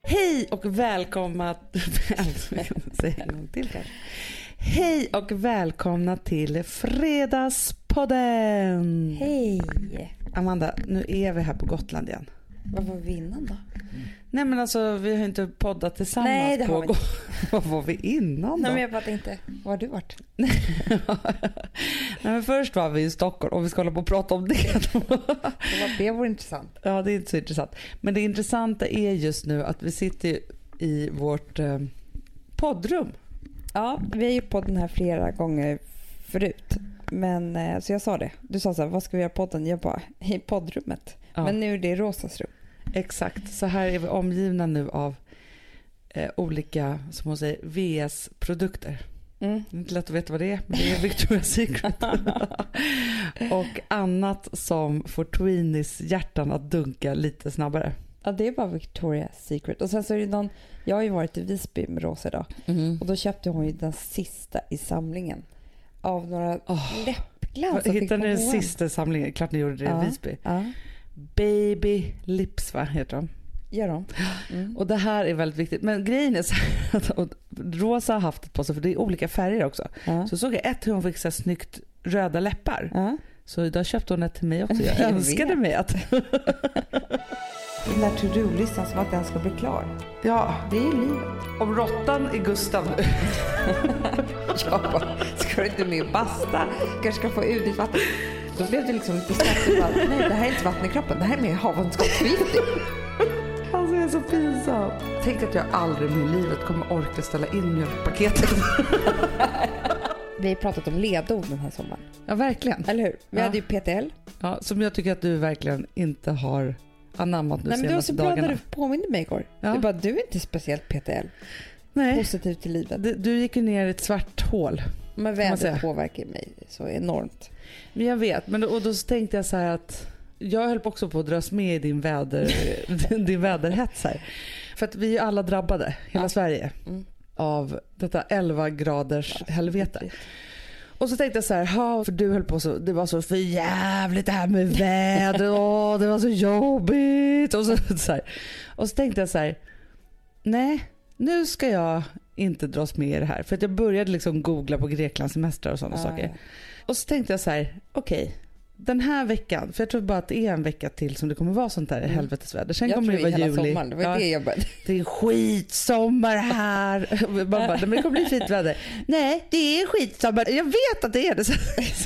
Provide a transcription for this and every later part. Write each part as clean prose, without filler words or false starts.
Hej och välkomna Hej och välkomna till Fredagspodden. Hej. Amanda, nu är vi här på Gotland igen. Vad var vi innan då? Nej men alltså vi har inte poddat tillsammans. Nej, det har vi inte. Vad var vi innan då? Nej men jag bara tänkte, var har du varit? Nej men först var vi i Stockholm och vi ska hålla på och prata om det. Det var intressant. Ja, det är inte så intressant. Men det intressanta är just nu att vi sitter i vårt poddrum. Ja, vi har ju podden här flera gånger förut. Men så jag sa det. Du sa så här, vad ska vi göra podden? Jag bara, i poddrummet. Ja. Men nu är det Rosas rum. Exakt, så här är vi omgivna nu av olika, som hon säger, VS-produkter. Det är inte lätt att veta vad det är, men det är Victoria's Secret. Och annat som får Tweenies hjärtan att dunka lite snabbare. Ja, det är bara Victoria's Secret. Och sen så är det någon, jag har ju varit i Visby med Rosa idag. Och då köpte hon ju den sista i samlingen. Av några läppglans. Hittade ni den sista samlingen? Klart ni gjorde det i Visby. Ja. Baby Lips, va, heter de? Gör de. Och det här är väldigt viktigt. Men grejen är så här att Rosa har haft det på sig, för det är olika färger också. Så såg jag hur hon fick så snyggt röda läppar. Så idag köpte hon ett till mig också. Jag önskade mig att... Den där to-do-listan som att den ska bli klar. Ja. Det är ju livet. Om råttan är Gustav nu. Ja, ska du inte med och basta? Kanske ska få ut ditt vatten. Då blev det liksom lite snabbt. Nej, det här är inte vatten i kroppen. Det här är mer havandeskapsförgiftning. Alltså det är så pinsamt. Tänk att jag aldrig i livet kommer orka ställa in mjölkpaketet. Vi har pratat om ledord den här sommaren. Ja, verkligen. Eller hur? Vi hade ju PTL. Ja, som jag tycker att du verkligen inte har anammat nu. Nej, men du var så dagarna. bra när du påminde mig igår. Ja. Du bara, du är inte speciellt PTL. Nej. Positiv till livet. Du gick ju ner i ett svart hål. Men vädret påverkar mig så enormt. Men jag vet, men då tänkte jag så här att jag höll också på att dras med i din väderhets här. För att vi är alla drabbade, hela Sverige, av detta 11 graders helvete. Och så tänkte jag så här, för du höll på så, det var så för jävligt det här med väder, det var så jobbigt. Och så tänkte jag så här, nej, nu ska jag inte dras med i det här. För att jag började liksom googla på Greklands semestrar och sådana saker. Och så tänkte jag så här, okej, den här veckan, för jag tror bara att det är en vecka till som det kommer vara sånt här helvetesväder. Sen kommer det vara juli. Sommaren. Det var det jag började. Det är skitsommar här. Man bara, men det kommer bli fint väder. Nej, det är skitsommar. Jag vet att det är det.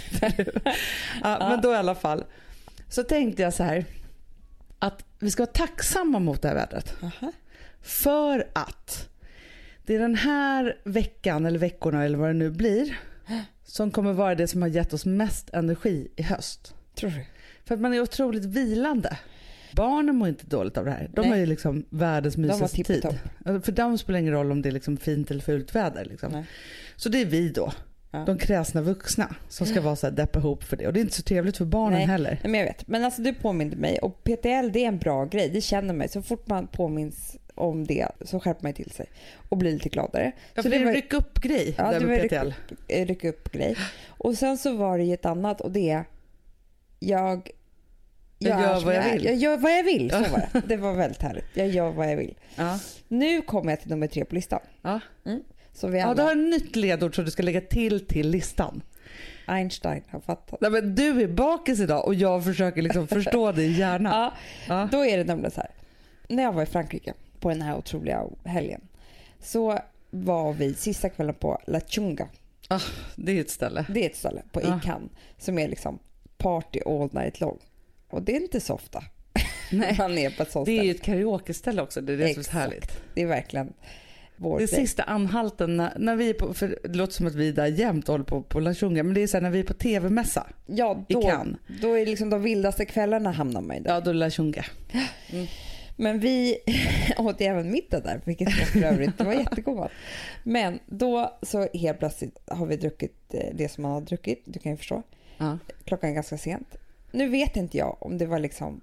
Men då i alla fall. Så tänkte jag så här, att vi ska vara tacksamma mot det här vädret. För att det är den här veckan eller veckorna eller vad det nu blir som kommer vara det som har gett oss mest energi i höst. Tror du? För att man är otroligt vilande. Barnen mår inte dåligt av det här. De har ju liksom världens mysigaste tid. För dem spelar ingen roll om det är liksom fint eller fult väder. Liksom. Så det är vi då. De kräsna vuxna som ska vara så här deppa ihop för det. Och det är inte så trevligt för barnen heller. Nej, men jag vet. Men alltså du påminner mig. Och PTL, det är en bra grej. Det känner mig. Så fort man påminns om det så skärper man till sig och blir lite gladare. Ja, så det är en ryck upp grej där med PTL. Ryck upp grej. Och sen så var det ju ett annat, och det är jag gör vad jag vill. Jag gör vad jag vill, så var det. Det var väldigt härligt. Jag gör vad jag vill. Nu kommer jag till nummer 3 på listan. Så vi alla... du har ett nytt ledord som du ska lägga till listan. Einstein har fattat. Nej, men du är bakis idag och jag försöker liksom förstå din hjärna. Då är det nämligen så här. När jag var i Frankrike på den här otroliga helgen så var vi sista kvällen på La Chunga. Det är ett ställe. Det är ett ställe på Cannes som är liksom party all night long. Och det är inte så ofta. Nej. Man är på ett sånt det är ställe. ju ett karaoke-ställe också. Det är det som är så härligt. Det är verkligen vår det sista anhalten när vi är på, för det låter som att vi där jämt håller på La Chunga, men det är så här, när vi är på tv-mässa i Cannes. Då är liksom de vildaste kvällarna hamnar man i där. Ja, då är La Chunga. Men vi åt även middag där, vilket var för övrigt, det var jättegott. Men då så helt plötsligt har vi druckit det som man har druckit, du kan ju förstå. Klockan är ganska sent. Nu vet inte jag om det var liksom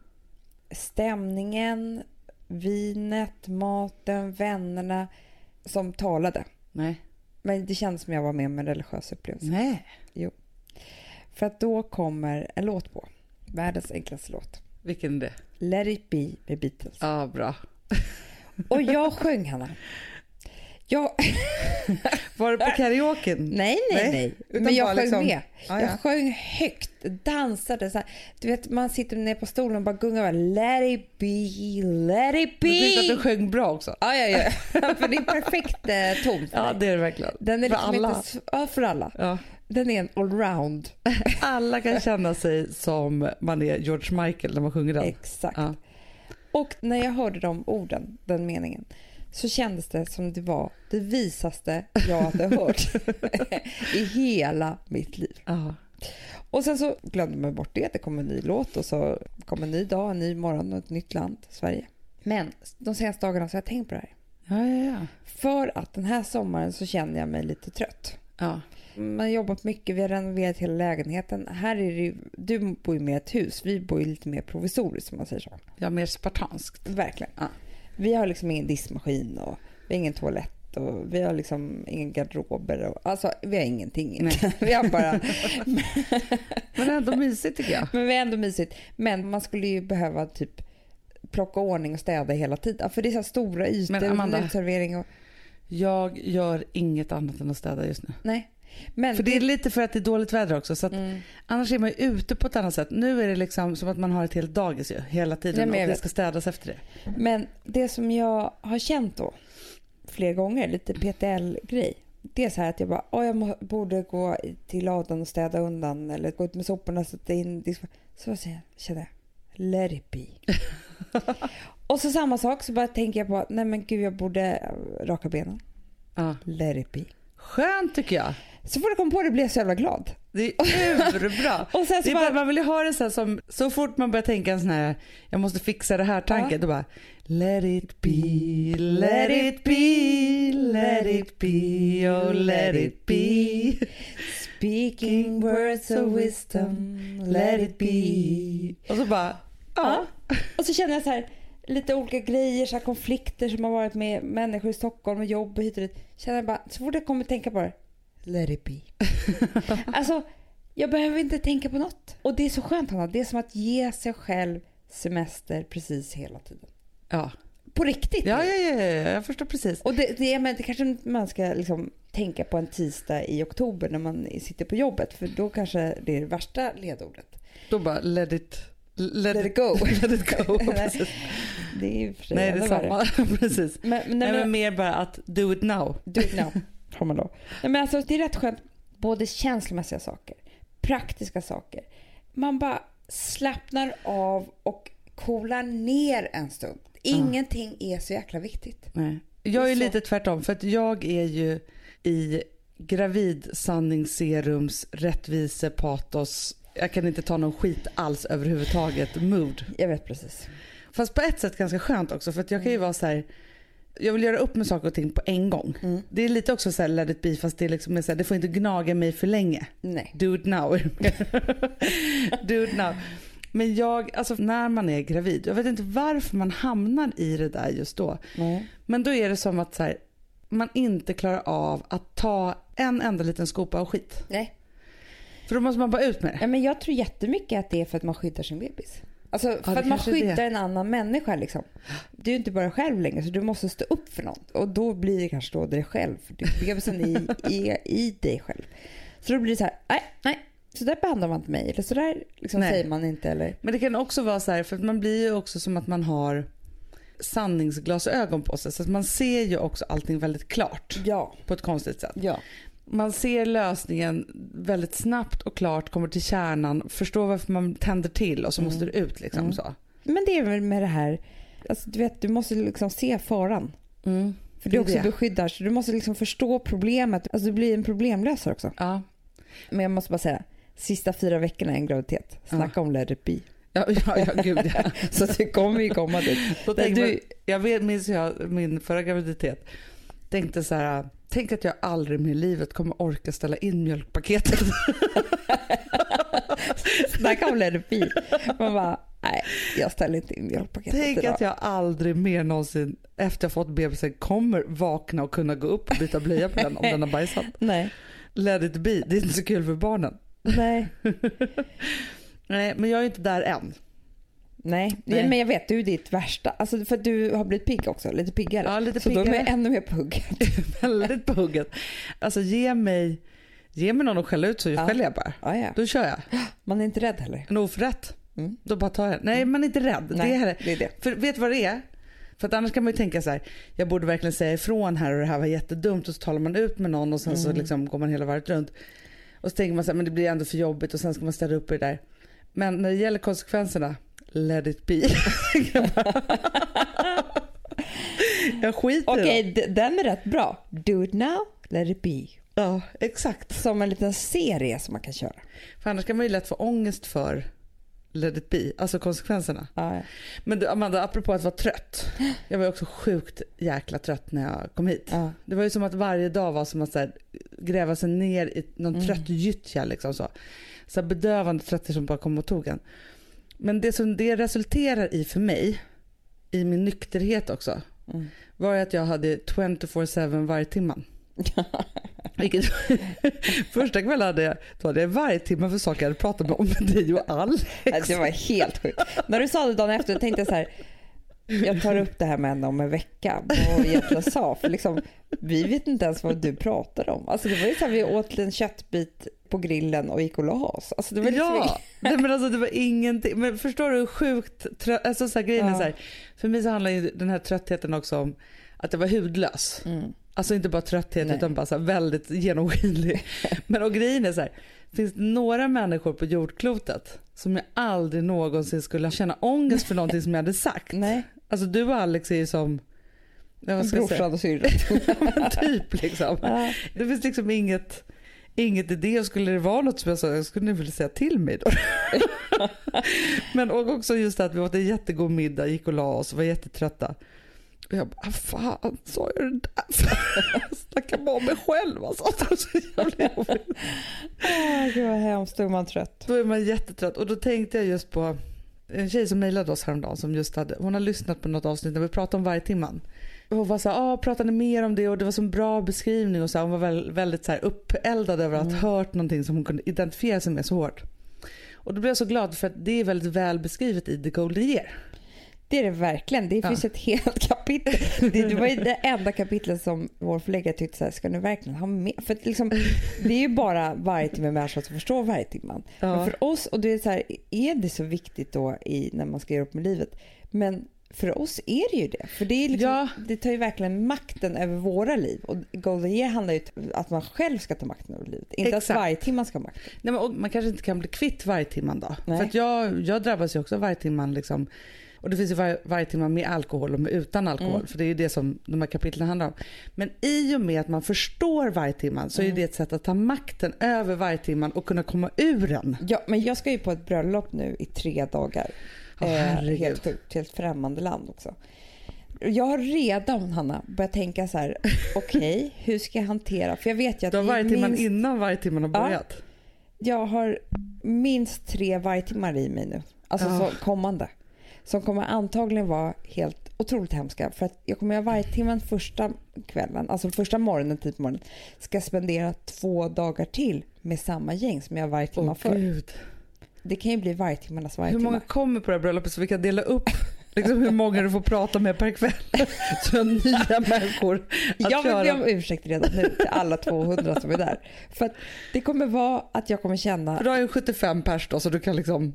stämningen, vinet, maten, vännerna som talade. Nej. Men det kändes som jag var med om en religiös upplevelse. Nej. Jo. För att då kommer en låt på. Världens enklaste låt. Vilken är det? Let it be med Beatles. Ja, bra. Och jag sjöng, Hanna. Var det på karaoken? Nej. Men jag sjöng liksom med. Ja. Jag sjöng högt, dansade så här. Du vet, man sitter ner på stolen och bara gungar. Let it be, let it be. Du tyckte att du sjöng bra också. Ja. För det är perfekt ton. Ja, det är det verkligen. Den är för liksom alla. Ja, för alla. Ja. Den är en allround. Alla kan känna sig som man är George Michael när man sjunger den. Exakt. Ja. Och när jag hörde de orden, den meningen, så kändes det som det var det visaste jag hade hört i hela mitt liv. Ja. Och sen så glömde man bort det. Det kom en ny låt och så kom en ny dag, en ny morgon och ett nytt land, Sverige. Men de senaste dagarna så har jag tänkt på det här. Ja. För att den här sommaren så känner jag mig lite trött. Ja. Man har jobbat mycket, vi har renoverat hela lägenheten. Här är det ju, du bor ju med ett hus, vi bor ju lite mer provisoriskt som man säger så. Ja, mer spartanskt. Verkligen. Ja. Vi har liksom ingen diskmaskin och vi har ingen toalett och vi har liksom ingen garderober och, alltså vi har ingenting. Vi har bara Men ändå mysigt tycker jag. Men vi är ändå mysigt. Men man skulle ju behöva typ plocka ordning och städa hela tiden. För det är så här stora ytor. Men Amanda, utservering och... jag gör inget annat än att städa just nu. Nej. Men för det är lite för att det är dåligt väder också. Så att annars är man ju ute på ett annat sätt. Nu är det liksom som att man har ett helt dagis ju, hela tiden. Och det ska städas efter det. Men det som jag har känt då flera gånger, lite PTL-grej. Det är så här att jag bara, jag borde gå till ladan och städa undan. Eller gå ut med soporna och sätta in. Så känner jag, let it be. Och så samma sak så bara tänker jag på, nej men gud jag borde raka benen. Let it be. Skönt tycker jag. Så får du komma på det blir jag så jävla glad. Det är bra. Och sen så det är bara, man vill ju ha det så här som så fort man börjar tänka en sån här jag måste fixa det här tanken då bara let it be, let it be, let it be, oh let it be. Speaking words of wisdom, let it be. Och så bara Och så känner jag så här lite olika grejer, så här konflikter som har varit med människor i Stockholm och jobb och hit och dit. Känner jag bara, så fort jag kommer tänka på det, let it be. Alltså, jag behöver inte tänka på något. Och det är så skönt, Hanna. Det är som att ge sig själv semester precis hela tiden. Ja. På riktigt. Ja, jag förstår precis. Och det kanske man ska liksom tänka på en tisdag i oktober när man sitter på jobbet. För då kanske det är det värsta ledordet. Då bara let it go. Let it go. Det är ju för sig. Nej, det är samma. Precis. Men mer bara att do it now. Do it now. Man då. Nej, men alltså, det är rätt skönt. Både känslomässiga saker, praktiska saker. Man bara slappnar av och coolar ner en stund. Ingenting är så jäkla viktigt. Nej. Jag är lite tvärtom. För att jag är ju i gravidsanningsserums rättvisepatos. Jag kan inte ta någon skit alls överhuvudtaget. Mood. Jag vet precis. Fast på ett sätt ganska skönt också. För att jag kan ju vara så här. Jag vill göra upp med saker och ting på en gång. Det är lite också så här let it be, fast det är liksom så här, det får inte gnaga mig för länge. Nej. Do it now. Do it now. Men alltså när man är gravid, jag vet inte varför man hamnar i det där just då. Men då är det som att så här, man inte klarar av att ta en enda liten skopa av skit. Nej. För då måste man bara ut med det. Ja, men jag tror jättemycket att det är för att man skyddar sin bebis. Alltså för att man skyddar en annan människa liksom. Du är ju inte bara själv längre, så du måste stå upp för någon. Och då blir det kanske då dig själv. För bebisen i dig själv. Så då blir det så här, nej. Så där behandlar man inte mig. Eller så där liksom säger man inte. Eller. Men det kan också vara så här, för att man blir ju också som att man har sanningsglasögon på sig. Så att man ser ju också allting väldigt klart. Ja. På ett konstigt sätt. Ja. Man ser lösningen väldigt snabbt och klart, kommer till kärnan, förstår varför man tänder till och så måste det ut liksom så. Men det är väl med det här, alltså, du vet, du måste liksom se faran. För du också beskyddar, så du måste liksom förstå problemet. Alltså du blir en problemlösare också. Ja. Men jag måste bara säga, sista 4 veckorna i en graviditet, snacka om let it be. Ja, gud ja. Så det kommer ju komma dit. Jag minns min förra graviditet tänkte så här, tänk att jag aldrig med livet kommer orka ställa in mjölkpaketet. Snacka om let it be. Man bara, nej, jag ställer inte in mjölkpaketet. Tänk idag. Att jag aldrig mer någonsin efter jag fått bebisen kommer vakna och kunna gå upp och byta blöja på den om den har bajsat. Nej. Let it be, det är inte så kul för barnen. Nej. Nej, men jag är inte där än. Nej, men jag vet, du är ditt värsta. Alltså för att du har blivit pigg också, lite piggare. Ja, lite så piggare. då är jag ännu mer på hugget. Väldigt på hugget. Alltså ge mig någon att skälla ut så skäller jag bara. Ja. Då kör jag. Man är inte rädd heller. En oförrätt. Då bara tar jag. Nej, man är inte rädd. Nej, det är det. För vet du vad det är? För att annars kan man ju tänka så här, jag borde verkligen säga ifrån här och det här var jättedumt, och så talar man ut med någon och sen så liksom går man hela varvet runt. Och så tänker man så här, men det blir ändå för jobbigt och sen ska man ställa upp i det där. Men när det gäller konsekvenserna, let it be. Jag skiter i Okej, den är rätt bra. Do it now, let it be. Ja, exakt. Som en liten serie som man kan köra. För annars kan man ju lätt få ångest för let it be, alltså konsekvenserna. Ja. Men du, Amanda, apropå att vara trött. Jag var också sjukt jäkla trött när jag kom hit. Ja. Det var ju som att varje dag var som att så här, gräva sig ner i någon trött gyttja liksom så här bedövande trötter som bara kom och tog en. Men det som det resulterar i för mig, i min nykterhet också, var att jag hade 24/7 varje timman. Vilket, första kvällen hade jag varje timme för saker jag hade pratat om med dig och Alex. Det var helt sjukt. När du sa det dagen efter tänkte jag så här, jag tar upp det här med henne om en vecka. Vad egentligen sa, för liksom, vi vet inte ens vad du pratar om. Alltså det var ju så här, vi åt en köttbit på grillen och gick och la oss. Alltså det var liksom nej, men alltså det var ingenting. Men förstår du hur sjukt alltså så här, grejen är så här, för mig så handlar ju den här tröttheten också om att jag var hudlös. Alltså inte bara trötthet utan bara så här väldigt genomskinlig. Men och grejen är så här, finns det några människor på jordklotet som jag aldrig någonsin skulle känna ångest för någonting som jag hade sagt? Nej. Alltså du och Alex är ju som brorsan och syrran. men typ liksom. Ja. Det finns liksom inget idé, och skulle det vara något som jag sa, jag skulle ni vilja säga till mig då. Men och också just att vi åt en jättegod middag, gick och la oss och var jättetrötta. Och jag bara, fan, sa jag det där? Snacka bara om mig själv. Alltså. Det så jävla jobbigt. Gud vad hemskt, då är man trött. Då är man jättetrött. Och då tänkte jag just på en tjej som mejlade oss häromdagen som just hon har lyssnat på något avsnitt när vi pratade om varje timman. Och hon var så här, pratade mer om det och det var så en bra beskrivning och så här, hon var väldigt så här uppeldad över att ha hört någonting som hon kunde identifiera sig med så hårt. Och då blev jag så glad för att det är väldigt väl beskrivet i The Golden Year. Det är det verkligen. Det finns ett helt kapitel. Det var ju det enda kapitlet som vår förläggare tyckte så här, ska ni verkligen ha med? För att liksom, det är ju bara varje timme människor som förstår varje timman. Ja. Men för oss, och det är så här, är det så viktigt då när man ska göra upp med livet? Men för oss är det ju det. För det är liksom, det tar ju verkligen makten över våra liv. Och Golden Year handlar ju om att man själv ska ta makten över livet. Inte att varje timman ska ha makten. Nej, men, man kanske inte kan bli kvitt varje timman då. Nej. För att jag drabbas ju också varje timman liksom. Och det finns ju varje timme med alkohol och med utan alkohol. För det är ju det som de här kapitlen handlar om. Men i och med att man förstår varje timman så är det ett sätt att ta makten över varje timman och kunna komma ur den. Ja, men jag ska ju på ett bröllop nu i 3 dagar. Helt sjukt, helt främmande land också. Jag har redan, Hanna, börjat tänka så här, okej, hur ska jag hantera? För jag vet ju att du har varje timman innan varje timman har börjat. Jag har minst 3 varje timmar i mig nu. Alltså så kommande. Som kommer antagligen vara helt otroligt hemska. För att jag kommer göra varje timmen första kvällen, alltså första morgonen, typ morgonen, ska spendera 2 dagar till med samma gäng som jag varje timme för. Gud. Det kan ju bli varje timmarnas varje timme. Hur många kommer på det här bröllopet så vi kan dela upp liksom hur många du får prata med per kväll? Så jag nya människor att jag vill be om ursäkt redan nu till alla 200 som är där. För att det kommer vara att jag kommer känna... För du har ju 75 pers då, så du kan liksom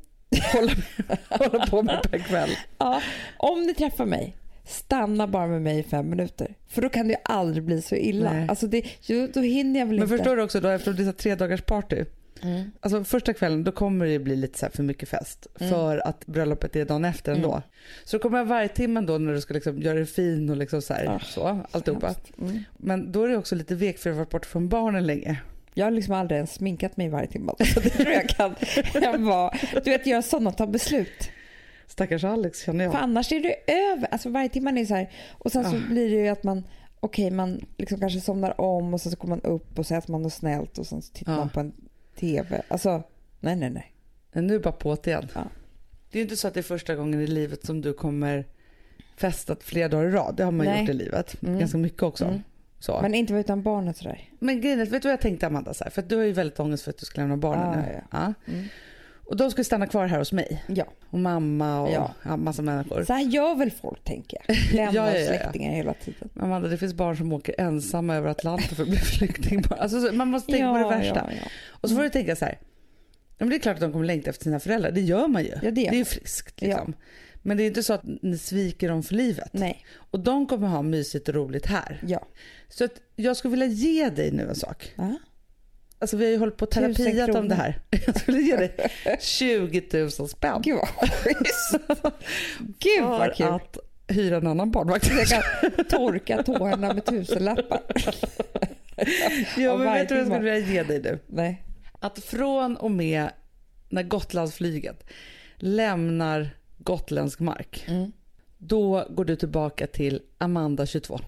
hålla på med per kväll. Ja, om ni träffar mig, stanna bara med mig i 5 minuter. För då kan det ju aldrig bli så illa. Nej. Alltså då hinner jag väl inte. Men förstår du också då, efter dessa 3 dagars party, alltså första kvällen då kommer det bli lite så här för mycket fest för att bröllopet är dagen efter ändå. Så då kommer jag varje timme då när du ska liksom göra det fin och liksom så här, så alltihopa. Men då är det också lite vek för att vara bort från barnen länge. Jag har liksom aldrig ens sminkat mig varje timme. Så det tror jag kan vara. Du vet, göra sådana, ta beslut. Stackars Alex, känner jag. För annars är det över. Alltså varje timme är så här. Och sen så blir det ju att man man liksom kanske somnar om och sen så kommer man upp och säger att man är snällt och sen så tittar man på en tv. Alltså, nej. Men nu bara på det igen. Ja. Det är ju inte så att det är första gången i livet som du kommer festat flera dagar i rad. Det har man gjort i livet. Ganska mycket också. Så. Men inte var utan barnet sådär. Men grejen, vet du vad jag tänkte, Amanda? Så här, för att du har ju väldigt ångest för att du ska lämna barnen nu. Ja. Och de ska stanna kvar här hos mig. Ja. Och mamma och massa människor. Så här gör väl folk, tänker jag. Lämnar släktingar hela tiden. Amanda, det finns barn som åker ensamma över Atlanten för att bli flykting. Alltså, man måste tänka på det värsta. Ja. Och så får du tänka så här. Men det är klart att de kommer längta efter sina föräldrar. Det gör man ju. Ja, det är ju friskt liksom. Ja. Men det är inte så att ni sviker dem för livet. Nej. Och de kommer ha mysigt och roligt här. Ja. Så att jag skulle vilja ge dig nu en sak. Alltså vi har ju hållit på och terapiat om det här. Jag skulle ge dig 20 000 spänn. Gud vad Gud vad kul. För att hyra en annan barnvakt. Jag kan torka tårna med 1000-lappar. Ja, men vet du vad jag skulle vilja ge dig nu? Nej. Att från och med när Gotlandsflyget lämnar gotländsk mark, då går du tillbaka till Amanda 22.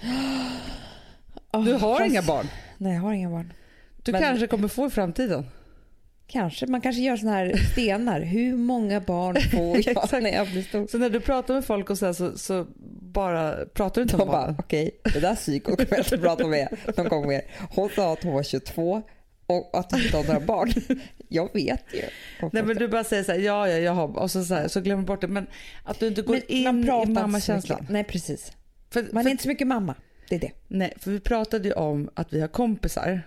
Du har inga barn. Nej, jag har inga barn. Du kanske kommer få i framtiden. Kanske. Man kanske gör såna här stenar. Hur många barn får jag när jag blir stor? Så när du pratar med folk och så bara pratar du inte om barnen. Okej, det där psyko kommer jag inte prata med någon gång mer. Hon sa att hon var 22 och att hon inte har några barn. Jag vet ju. Nej, men du bara säger så här, ja, jag har. Och så glömmer bort det. Men att du inte går in i mammakänslan. Nej, precis. Man är inte så mycket mamma. Det är det. Nej, för vi pratade ju om att vi har kompisar.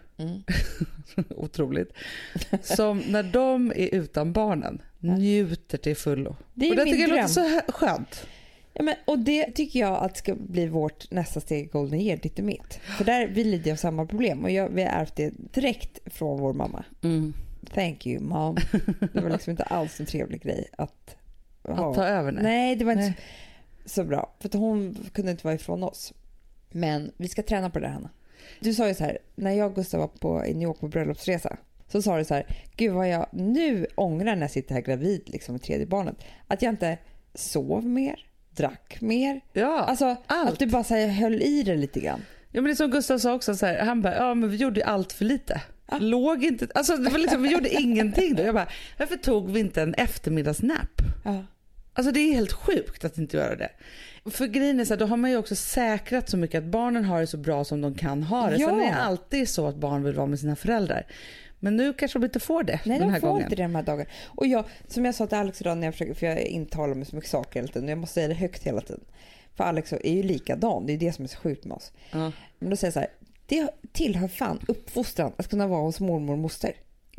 Otroligt. Som när de är utan barnen njuter till fullo. Det är och det min tycker dröm. Jag låter så skönt. Ja, men, och det tycker jag att ska bli vårt nästa steg i Golden Year, ditt och mitt. För där vi lider av samma problem. Och vi har ärvt det direkt från vår mamma. Thank you, mom. Det var liksom inte alls en trevlig grej att ta över. Nej, det var inte så bra. För att hon kunde inte vara ifrån oss. Men vi ska träna på det, Hanna. Du sa ju så här, när jag och Gustav var i New York på bröllopsresa, så sa du så här, gud vad jag nu ångrar när jag sitter här gravid liksom med tredje barnet, att jag inte sov mer, drack mer. Ja, alltså allt. Att du bara så här, höll i det lite grann. Ja, men det är som Gustav sa också så här, han bara, ja men vi gjorde allt för lite. Låg inte, alltså det var liksom, vi gjorde ingenting då. Jag bara, varför tog vi inte en eftermiddagsnap? Alltså det är helt sjukt att inte göra det. För grejen är så här, då har man ju också säkrat så mycket att barnen har det så bra som de kan ha det. Sen är det alltid så att barn vill vara med sina föräldrar. Men nu kanske de inte får det. Nej, den här de får gången. Inte det den här dagen. Och jag, som jag sa till Alex idag när jag försöker, för jag intalar mig så mycket saker hela tiden. Jag måste säga det högt hela tiden. För Alex är ju likadan. Det är det som är så sjukt med oss. Men då säger jag så här, det tillhör fan uppfostran att kunna vara hos mormor och moster.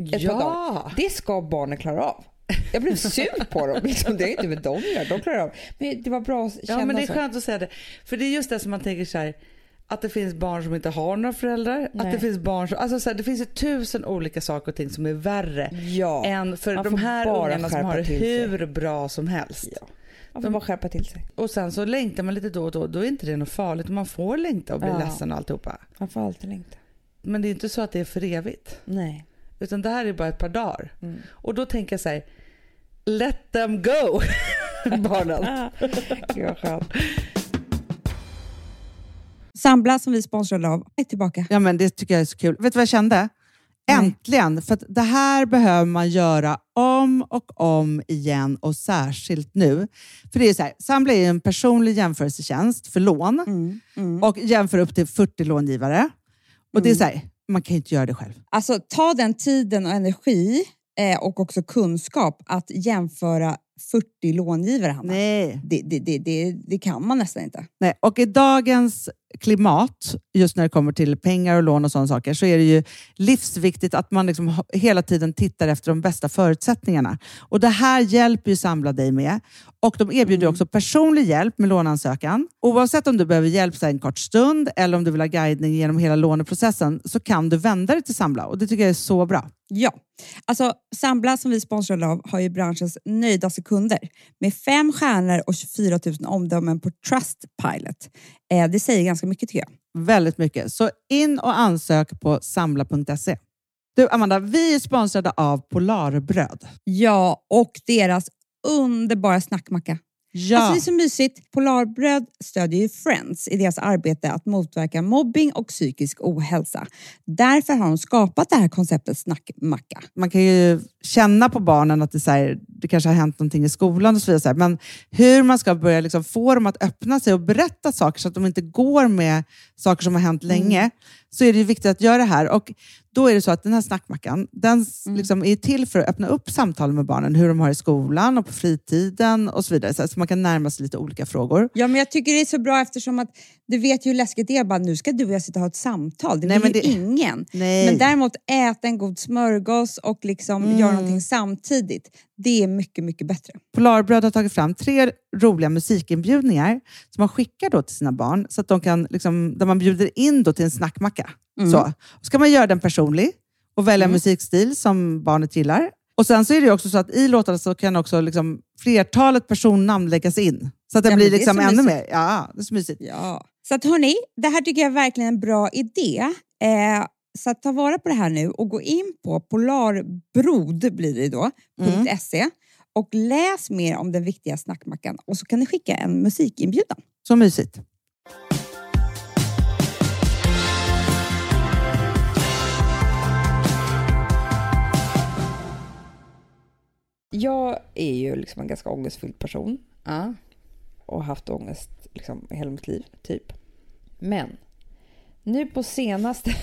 Det ska barnen klara av. Jag blev sur på dem. Liksom, det är inte med dem gör. De klarar av. Men det var bra att känna. Ja, men det är skönt att säga det. För det är just det som man tänker så här, att det finns barn som inte har några föräldrar. Nej. Att det finns barn som, alltså så här, det finns ju 1000 olika saker och ting som är värre än för de här ungarna som har det hur bra som helst. Ja. Man får bara skärpa till sig. Och sen så längtar man lite då och då är inte det något farligt. Man får längta och bli ledsen och alltihopa. Man får alltid längta. Men det är inte så att det är för evigt. Nej. Utan det här är bara ett par dagar. Och då tänker jag så här, let them go, barnen. Gud vad skönt. Sambla som vi sponsrade av är tillbaka. Ja, men det tycker jag är så kul. Vet du vad jag kände? Äntligen! För att det här behöver man göra om och om igen och särskilt nu. För det är så här, Sambla är en personlig jämförelsetjänst för lån och jämför upp till 40 långivare. Och det är så här, man kan ju inte göra det själv. Alltså ta den tiden och energi och också kunskap att jämföra 40 långivare, Hanna. Nej. Det kan man nästan inte. Nej. Och i dagens klimat, just när det kommer till pengar och lån och sådana saker, så är det ju livsviktigt att man liksom hela tiden tittar efter de bästa förutsättningarna. Och det här hjälper ju Sambla dig med. Och de erbjuder också personlig hjälp med låneansökan. Oavsett om du behöver hjälp så en kort stund eller om du vill ha guidning genom hela låneprocessen, så kan du vända dig till Sambla. Och det tycker jag är så bra. Ja, alltså Sambla som vi sponsrade av har ju branschens nöjdaste kunder med 5 stjärnor och 24 000 omdömen på Trustpilot. Det säger ganska mycket tycker jag. Väldigt mycket. Så in och ansök på sambla.se. Du Amanda, vi är sponsrade av Polarbröd. Ja, och deras underbara snackmacka. Ja. Alltså det är så mysigt. Polarbröd stödjer ju Friends i deras arbete att motverka mobbing och psykisk ohälsa. Därför har de skapat det här konceptet snackmacka. Man kan ju känna på barnen att det, så här, det kanske har hänt någonting i skolan och så vidare. Men hur man ska börja liksom få dem att öppna sig och berätta saker så att de inte går med saker som har hänt länge. så är det ju viktigt att göra det här. Och då är det så att den här snackmackan, den liksom är till för att öppna upp samtal med barnen. Hur de har i skolan och på fritiden och så vidare. Så man kan närma sig lite olika frågor. Ja, men jag tycker det är så bra eftersom att du vet ju hur läskigt det är. Bara, nu ska du och jag sitta och ha ett samtal. Det vill ju ingen. Nej. Men däremot äta en god smörgås och liksom göra någonting samtidigt. Det är mycket, mycket bättre. Polarbröd har tagit fram 3 roliga musikinbjudningar som man skickar då till sina barn. Så att de kan, liksom, där man bjuder in då till en snackmacka. Så ska man göra den personlig och välja musikstil som barnet gillar. Och sen så är det också så att i låtarna så kan också liksom flertalet personnamn läggas in. Så att det blir liksom ännu mer. Ja, det är så mysigt. Ja. Så att hörni, det här tycker jag är verkligen en bra idé. Så att ta vara på det här nu och gå in på polarbrod blir det då, .se och läs mer om den viktiga snackmackan. Och så kan ni skicka en musikinbjudan. Så mysigt. Jag är ju liksom en ganska ångestfylld person. Ja. Och har haft ångest liksom hela mitt liv, typ. Men nu på senaste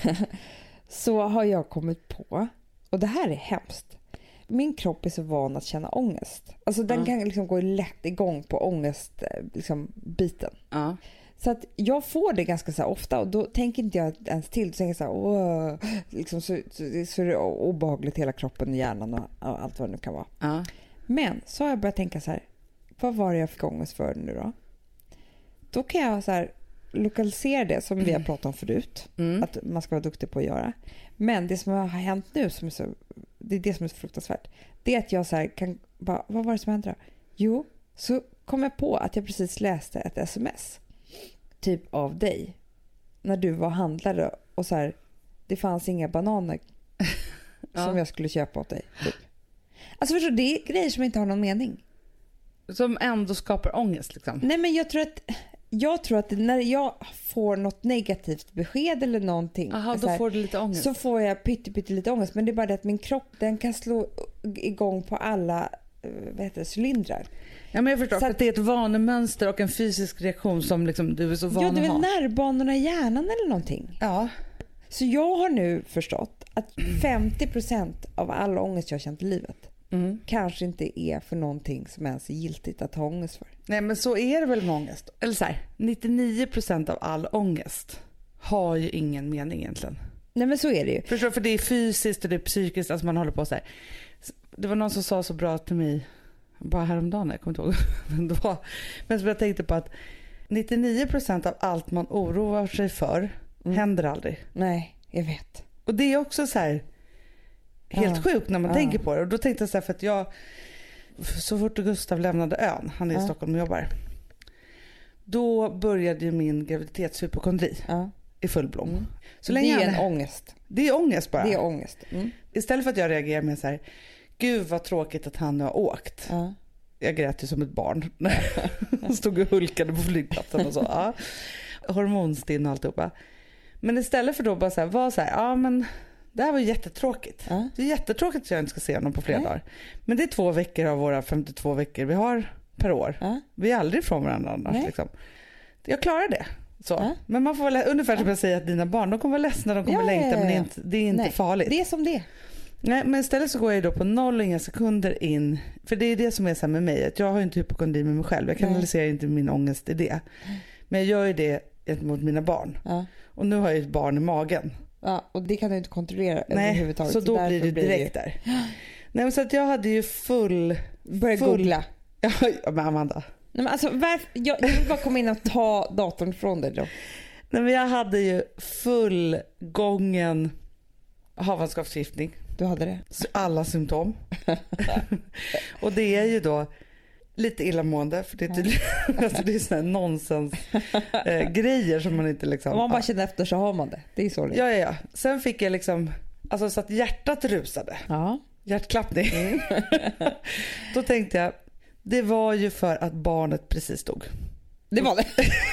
så har jag kommit på, och det här är hemskt. Min kropp är så van att känna ångest. Alltså den kan liksom gå lätt igång på ångest liksom, biten. Ja. Så att jag får det ganska så här ofta och då tänker inte jag ens till. Så tänker jag så här, liksom så är det obehagligt hela kroppen och hjärnan och allt vad det nu kan vara. Ja. Men så har jag börjat tänka så här, vad var det jag fick ångest för nu då? Då kan jag så här lokalisera det som vi har pratat om förut. Att man ska vara duktig på att göra. Men det som har hänt nu, som är så, det är det som är så fruktansvärt. Det är att jag så här kan bara, vad var det som hände då? Jo, så kom jag på att jag precis läste ett sms. Typ av dig. När du var handlare och så här, det fanns inga bananer som jag skulle köpa åt dig. Typ. Alltså förstår du, det är grejer som inte har någon mening. Som ändå skapar ångest liksom. Nej, men jag tror att när jag får något negativt besked eller någonting. Aha, då här, får du lite ångest. Så får jag pytte lite ångest. Men det är bara det att min kropp, den kan slå igång på alla cylindrar. Ja, men jag förstår att det är ett vanemönster och en fysisk reaktion som liksom du är så van att ha. Ja, det är väl nervbanorna i hjärnan eller någonting. Ja. Så jag har nu förstått att 50% av all ångest jag har känt i livet kanske inte är för någonting som ens är giltigt att ha ångest för. Nej, men så är det väl med ångest. Eller så här, 99% av all ångest har ju ingen mening egentligen. Nej, men så är det ju. Förstår, för det är fysiskt och det är psykiskt, alltså man håller på så här. Det var någon som sa så bra till mig bara häromdagen, jag kommer inte ihåg vem det var. Men så jag tänkte på att 99% av allt man oroar sig för händer aldrig. Nej, jag vet. Och det är också så här helt sjukt när man tänker på det. Och då tänkte jag så här, för att jag så fort Gustav lämnade ön, han är i Stockholm och jobbar. Då började ju min graviditetshypokondri i full blom. Så länge det är en ångest. Det är ångest bara. Det är ångest. Istället för att jag reagerar med så här, gud vad tråkigt att han har åkt. Jag grät ju som ett barn. Stod och hulkade på flygplatsen och så. Hormonstinn och alltihopa. Men istället för då bara så här, var så här, men det här var jättetråkigt. Det är jättetråkigt att jag inte ska se honom på flera dagar. Men det är 2 veckor av våra 52 veckor vi har per år. Vi är aldrig från varandra annars. Liksom. Jag klarar det. Så. Men man får väl, ungefär som jag säger att dina barn, de kommer vara ledsna, de kommer längta, men det är inte farligt. Det är som det. Nej, men istället så går jag då på 0 och inga sekunder in. För det är det som är så här med mig. Att jag har ju inte hypokondri med mig själv. Jag kanaliserar inte min ångest i det. Men jag gör ju det gentemot mina barn. Och nu har jag ett barn i magen. Ja, och det kan du inte kontrollera Nej, överhuvudtaget. så då blir det direkt där. Nej, men så att jag hade ju Börja googla. Ja, men Amanda. Nej, men alltså, jag vill bara komma in och ta datorn från dig då. Nej, men jag hade ju fullgången havandeskapsförgiftning. Du hade det? Alla symptom. Och det är ju då lite illamående, för det är tydligen, alltså det är såna här nonsens grejer som man inte liksom... Om man bara känner efter så har man det. Det är så det. Ja. Sen fick jag liksom, alltså så att hjärtat rusade. Hjärtklappning. Då tänkte jag, det var ju för att barnet precis dog. Det var det.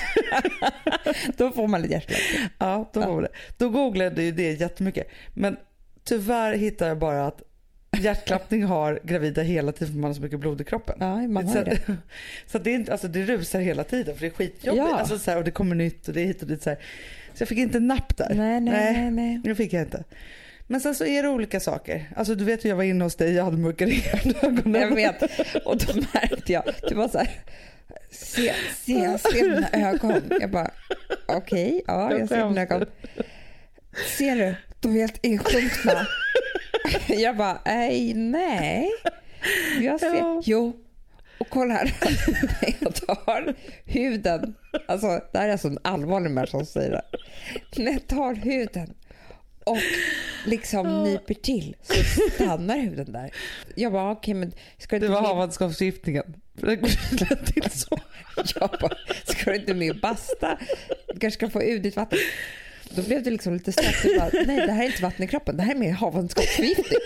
Då får man lite hjärtklappning. Ja, då var det. Då googlade ju det jättemycket. Men tyvärr hittade jag bara att hjärtklappning har gravida hela tiden för man har så mycket blod i kroppen. Ja, man har det. Så det är inte, alltså det rusar hela tiden för det är skitjobbigt. Ja. Alltså så här, och det kommer nytt och det är hit och dit så här. Så jag fick inte napp där. Nej. Det fick jag inte. Men sen så är det olika saker. Alltså du vet hur jag var inne hos dig, jag hade mörkare ögonen. Jag vet. Och då märkte jag, du var så här, se mina ögon. Jag bara, okej, ja, jag ser mina ögon. Ser du, de är helt insjunkna. Jag bara, nej. Jag ser, jo. Och kolla här, jag tar huden. Alltså, det här är alltså en allvarlig människa som säger det. När jag tar huden och liksom nyper till så stannar huden där. Jag bara, okej, men ska du det var havandeskapsförgiftningen. Det går till så. Jag bara, ska du inte med basta? Du kanske ska få ut ditt vatten. Då blev det liksom lite snabbt. Nej, det här är inte vatten i kroppen. Det här är mer havandeskapsförgiftning.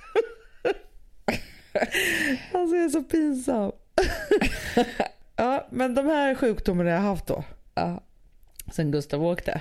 Alltså jag är så pinsam. Ja, men de här sjukdomarna jag har haft då. Ja. Sen Gustav åkte.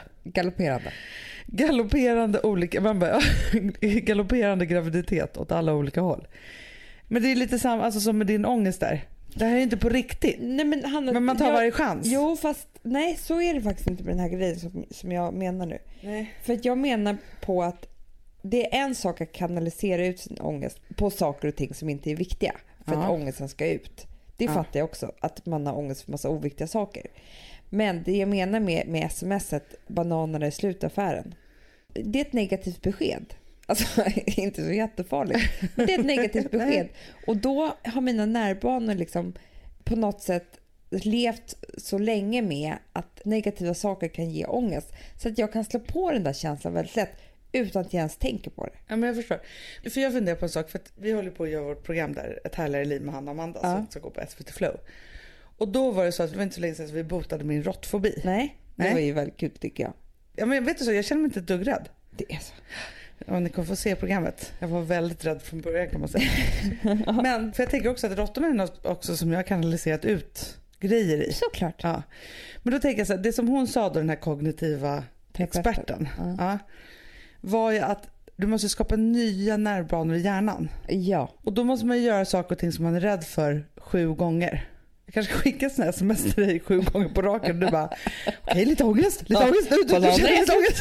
Galopperande olika, man bara, galopperande graviditet åt alla olika håll. Men det är lite samma alltså som med din ångest där. Det här är inte på riktigt. Nej, men man tar varje chans. Jo, fast nej, så är det faktiskt inte med den här grejen som jag menar nu. Nej. För att jag menar på att det är en sak att kanalisera ut sin ångest på saker och ting som inte är viktiga. För att ångesten ska ut. Det fattar jag också. Att man har ångest för massa oviktiga saker. Men det jag menar med smset, bananerna i slutaffären. Det är ett negativt besked. Alltså inte så jättefarligt. Men det är ett negativt besked. Och då har mina nervbanor liksom på något sätt levt så länge med att negativa saker kan ge ångest. Så att jag kan slå på den där känslan väldigt lätt utan att jag ens tänker på det. Ja, men jag förstår. För jag funderar på en sak. För att vi håller på att göra vårt program där. Ett härligare liv med Hanna och Amanda. Som ska gå på SVT Flow. Och då var det så att det var inte så länge sedan så vi botade min råttfobi. Nej, det var ju väldigt kul tycker jag. Ja, men vet du så, jag känner mig inte ett dugg rädd. Det är så. Ja, ni kommer få se programmet. Jag var väldigt rädd från början kan man säga. Men för jag tänker också att råttorna är något också som jag har kanaliserat ut grejer i. Såklart. Ja. Men då tänker jag så här, det som hon sa då, den här kognitiva experten. Ja, var ju att du måste skapa nya nervbanor i hjärnan. Ja. Och då måste man göra saker och ting som man är rädd för 7 gånger. Jag kanske skickar sån här sms till dig 7 gånger på raken. Du bara, okej, lite ångest. Du känner lite ångest.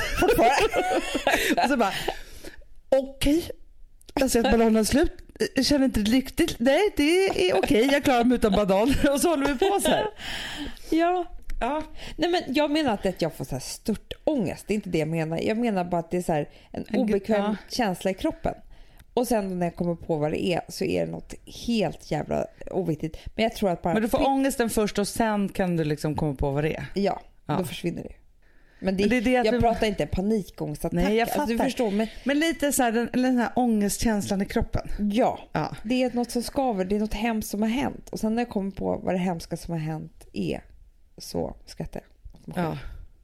Och så bara, okej. Jag ser att bananen är slut. Jag känner inte riktigt. Nej, det är okej. Jag klarar mig utan banan. Och så håller vi på så här. Ja. Ja. Nej, men jag menar att jag får så här stört ångest. Det är inte det jag menar. Jag menar bara att det är så här en obekväm känsla i kroppen. Och sen när jag kommer på vad det är så är det något helt jävla oviktigt. Men jag tror att bara... Men du får ångesten först och sen kan du liksom komma på vad det är. Ja, då försvinner det. Men jag pratar inte panikångestattack. Nej, jag fattar. Alltså, du förstår, men lite så här, den här ångestkänslan i kroppen. Ja, det är något som skaver. Det är något hemskt som har hänt. Och sen när jag kommer på vad det hemska som har hänt är, så skrattar jag. Ja.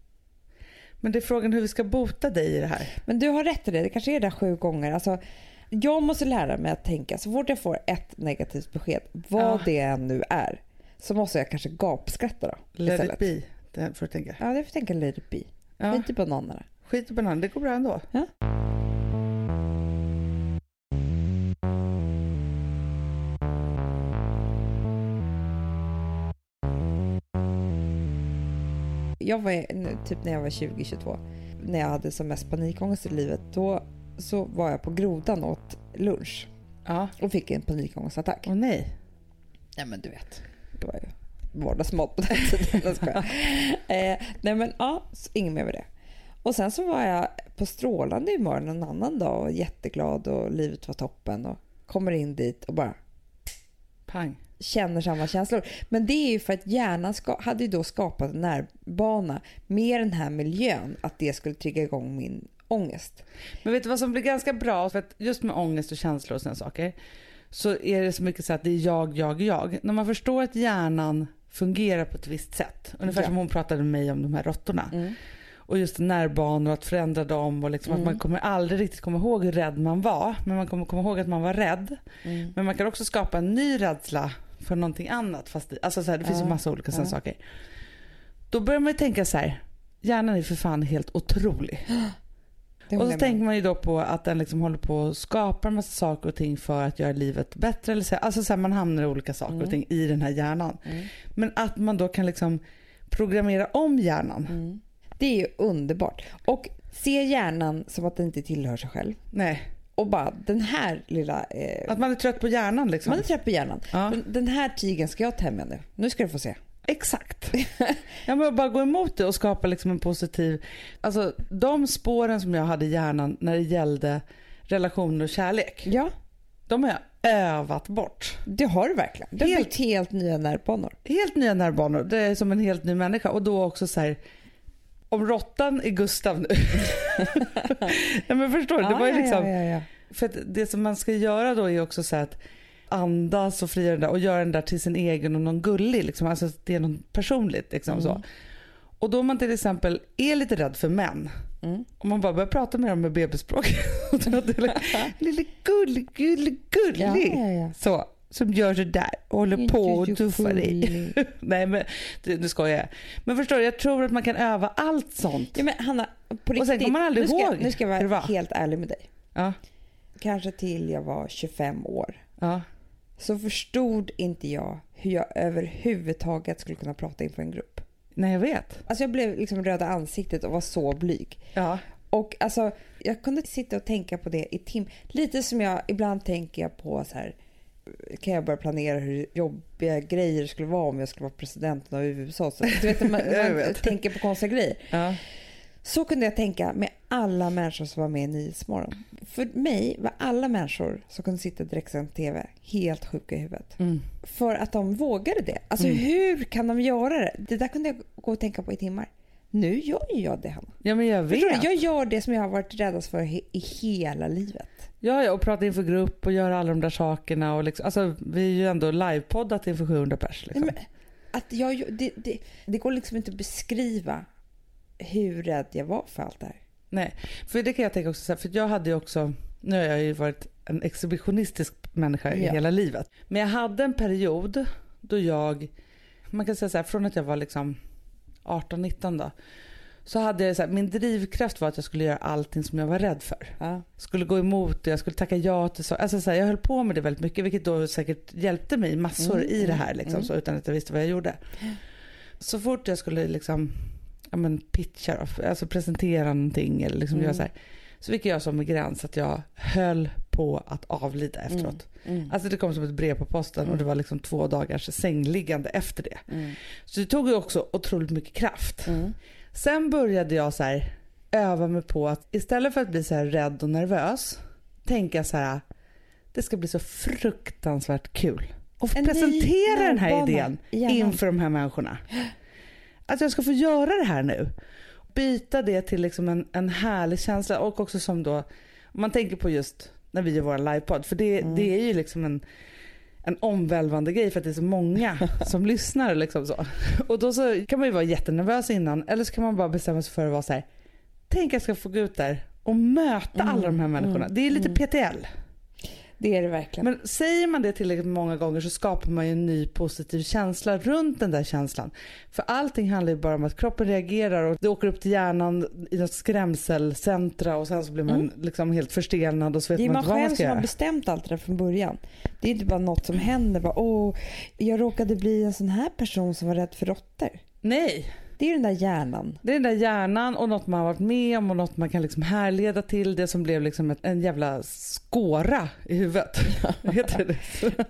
Men det är frågan hur vi ska bota dig i det här. Men du har rätt i det. Det kanske är det 7 gånger. Alltså, jag måste lära mig att tänka. Så fort jag får ett negativt besked, vad det än nu är, så måste jag kanske gapskratta då. Let it be. Det får du tänka. Ja, det får tänka let it be. Ja. Skit i bananerna. Skit i bananerna, det går bra ändå. Ja. Jag var typ när jag var 20-22, när jag hade som mest panikångest i livet, då så var jag på Grodan och åt lunch. Ja. Och fick en panikångestattack. Åh nej. Ja, men du vet. Det var ju vardagsmat på den tiden. Nej men inget mer med det. Och sen så var jag på strålande humör en annan dag och jätteglad och livet var toppen och kommer in dit och bara pang. Känner samma känslor. Men det är ju för att hjärnan hade ju då skapat en närbana med den här miljön, att det skulle trigga igång min ångest. Men vet du vad som blir ganska bra? För att just med ångest och känslor och sådana saker, så är det så mycket så att det är jag. När man förstår att hjärnan fungerar på ett visst sätt, ungefär som hon pratade med mig om de här råttorna, och just närbanor, att förändra dem och liksom att man kommer aldrig riktigt komma ihåg hur rädd man var, men man kommer komma ihåg att man var rädd. Men man kan också skapa en ny rädsla för någonting annat, fast alltså så här, det finns ju massa olika sådana saker. Då börjar man ju tänka så här, hjärnan är för fan helt otrolig. Och så tänker man ju då på att den liksom håller på att skapa en massa saker och ting för att göra livet bättre. Eller så. Alltså så här, man hamnar i olika saker och ting i den här hjärnan. Men att man då kan liksom programmera om hjärnan. Det är ju underbart. Och se hjärnan som att den inte tillhör sig själv. Nej. Och bara den här lilla... Att man är trött på hjärnan liksom. Man är trött på hjärnan. Ja. Den här tigen ska jag ta hem nu. Nu ska du få se. Exakt. Jag vill bara gå emot det och skapa liksom en positiv... Alltså de spåren som jag hade i hjärnan när det gällde relationer och kärlek. Ja. De har jag övat bort. Det har du verkligen. Du har byggt helt nya nervbanor. Helt nya nervbanor. Det är som en helt ny människa. Och då också så här... Om råttan är Gustav nu. Ja, men förstår du? Det var ju liksom... Ja. För att det som man ska göra då är också så här att andas och fria den där och göra den där till sin egen och någon gullig. Liksom. Alltså det är något personligt. Liksom, så. Och då man till exempel är lite rädd för män. Om man bara börjar prata med dem med bebisspråk. Lille gullig. Ja. Så. Som gör det där och håller på och tuffar dig. Nej, men nu skojar jag. Men förstår du, jag tror att man kan öva allt sånt. Ja, men Hanna, på riktigt, och sen kommer man aldrig ihåg. Nu ska jag vara helt ärlig med dig. Ja. Kanske till jag var 25 år. Ja. Så förstod inte jag hur jag överhuvudtaget skulle kunna prata inför en grupp. Nej, jag vet. Alltså jag blev liksom röda ansiktet och var så blyg. Ja. Och alltså, jag kunde sitta och tänka på det i lite som jag ibland tänker på så här. Kan jag börja planera hur jobbiga grejer skulle vara om jag skulle vara presidenten av USA. Så, du vet, man tänker på konstiga grejer. Ja. Så kunde jag tänka med alla människor som var med i Nyhetsmorgon. För mig var alla människor som kunde sitta direktsänd TV helt sjuka i huvudet. För att de vågade det. Alltså hur kan de göra det? Det där kunde jag gå och tänka på i timmar. Nu gör jag det, Hanna. Ja, men jag vet. Jag gör det som jag har varit räddast för i hela livet. Ja, och prata inför grupp och göra alla de där sakerna. Och liksom, alltså, vi är ju ändå livepoddat inför 700 pers. Liksom. Men, att det går liksom inte att beskriva hur rädd jag var för allt det här. Nej, för det kan jag tänka också så här, för jag hade ju också, nu har jag ju varit en exhibitionistisk människa i hela livet. Men jag hade en period då man kan säga så här, från att jag var liksom 18-19 då, så hade jag så här, min drivkraft var att jag skulle göra allting som jag var rädd för. Ja. Skulle gå emot det, jag skulle tacka ja till så. Alltså så här, jag höll på med det väldigt mycket, vilket då säkert hjälpte mig massor i det här liksom, så, utan att jag visste vad jag gjorde. Så fort jag skulle liksom pitcha, alltså presentera någonting eller liksom göra så här, så fick jag som med gräns att jag höll på att avlida efteråt. Alltså det kom som ett brev på posten och det var liksom 2 dagars sängliggande efter det. Så det tog ju också otroligt mycket kraft. Sen började jag så här öva mig på att istället för att bli så här rädd och nervös, tänka så här, det ska bli så fruktansvärt kul och presentera den här idén inför de här människorna. Att jag ska få göra det här nu. Byta det till liksom en härlig känsla. Och också som då, om man tänker på just när vi gör vår livepodd. För det är ju liksom en omvälvande grej för att det är så många som lyssnar. Liksom så. Och då så kan man ju vara jättenervös innan. Eller så kan man bara bestämma sig för att vara så här. Tänk jag ska få gå ut där och möta alla de här människorna. Det är lite PTL. Det är det verkligen. Men säger man det tillräckligt många gånger så skapar man ju en ny positiv känsla runt den där känslan. För allting handlar ju bara om att kroppen reagerar och det åker upp till hjärnan i något skrämselcentra och sen så blir man liksom helt förstelnad och så vet man inte vad man ska göra. Det är man själv som har bestämt allt det där från början. Det är inte bara något som händer. Bara, jag råkade bli en sån här person som var rädd för råttor. Nej. Det är den där hjärnan. Det är den där hjärnan och något man har varit med om och något man kan liksom härleda till det som blev liksom en jävla skåra i huvudet. Heter det?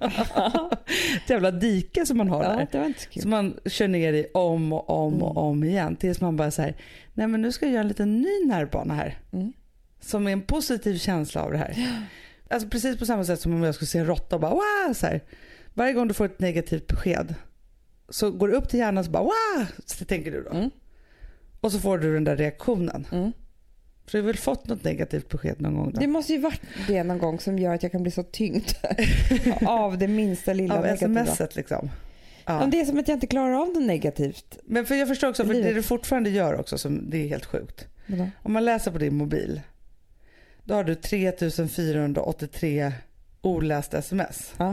Ett jävla dike som man har där. Det var inte så kul. Som man kör ner i om och om igen. Tills man bara säger, nej men nu ska jag göra en liten ny nervbana här. Som är en positiv känsla av det här. Alltså precis på samma sätt som om jag skulle se en råtta och bara wow, så här. Varje gång du får ett negativt besked så går du upp till hjärnan och så bara wow, så tänker du då. Och så får du den där reaktionen. För du har väl fått något negativt besked någon gång då? Det måste ju varit det någon gång som gör att jag kan bli så tyngd av det minsta lilla av negativa. smset liksom. Ja. Det är som att jag inte klarar av det negativt. Men för jag förstår också, för det du fortfarande gör också, som det är helt sjukt. Om man läser på din mobil, då har du 3483 olästa sms. Ja.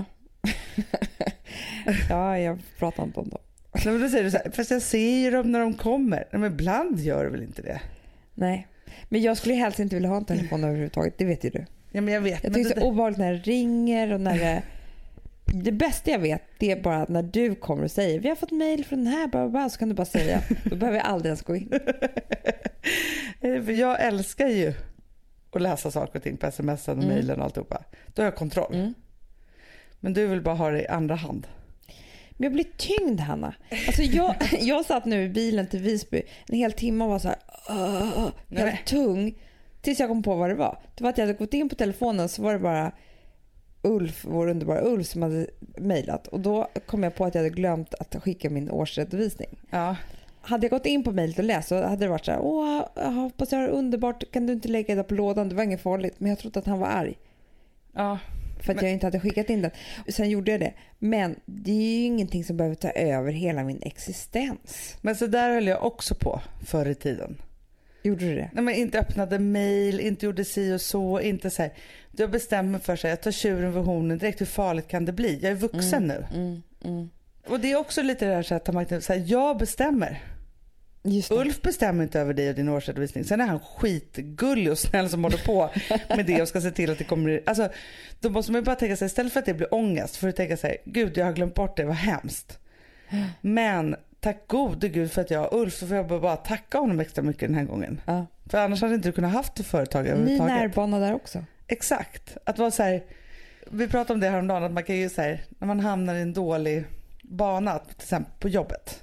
Ja, jag pratar inte om dem. Men då säger du så här, fast jag ser dem när de kommer. Men ibland gör du väl inte det? Nej. Men jag skulle helst inte vilja ha en telefon överhuvudtaget, det vet ju du. Ja, men jag vet. Jag tycker det är så obehagligt när det ringer och när det bästa jag vet, det är bara att när du kommer och säger vi har fått mejl från den här, så kan du bara säga. Då behöver jag aldrig ens gå in. Jag älskar ju att läsa saker och ting på sms och mejlen och alltihopa. Då har jag kontroll. Men du vill bara ha det i andra hand. Men jag blir tyngd, Hanna. Alltså jag satt nu i bilen till Visby en hel timme och var så här helt tung. Tills jag kom på vad det var. Det var att jag hade gått in på telefonen, så var det bara Ulf, vår underbara Ulf, som hade mejlat. Och då kom jag på att jag hade glömt att skicka min årsredovisning. Ja. Hade jag gått in på mejlet och läst, så hade det varit så här: jag hoppas jag har det underbart, kan du inte lägga det på lådan? Det var inget farligt, men jag trodde att han var arg. Ja. För att jag inte hade skickat in den. Sen gjorde jag det. Men det är ju ingenting som behöver ta över hela min existens. Men så där höll jag också på förr i tiden. Gjorde du det? Nej, men inte öppnade mejl, inte gjorde si och så, inte så här. Jag bestämmer för sig, jag tar tjuren vid hornen direkt, hur farligt kan det bli? Jag är vuxen nu. Och det är också lite det där så här, jag bestämmer. Just det. Ulf bestämmer inte över dig och din årsredovisning. Sen är han skitgullig och snäll som håller på med det och ska se till att det kommer. Alltså, då måste man ju bara tänka sig, istället för att det blir ångest, för att tänka sig, gud, jag har glömt bort det, vad hemskt. Men tack gode gud för att jag och Ulf, så får jag bara tacka honom extra mycket den här gången. Ja. För annars hade inte du kunnat haft ett företag överhuvudtaget. Ni närbana där också. Exakt. Att vara så här, vi pratade om det häromdagen, att man kan ju så här, när man hamnar i en dålig bana, till exempel på jobbet.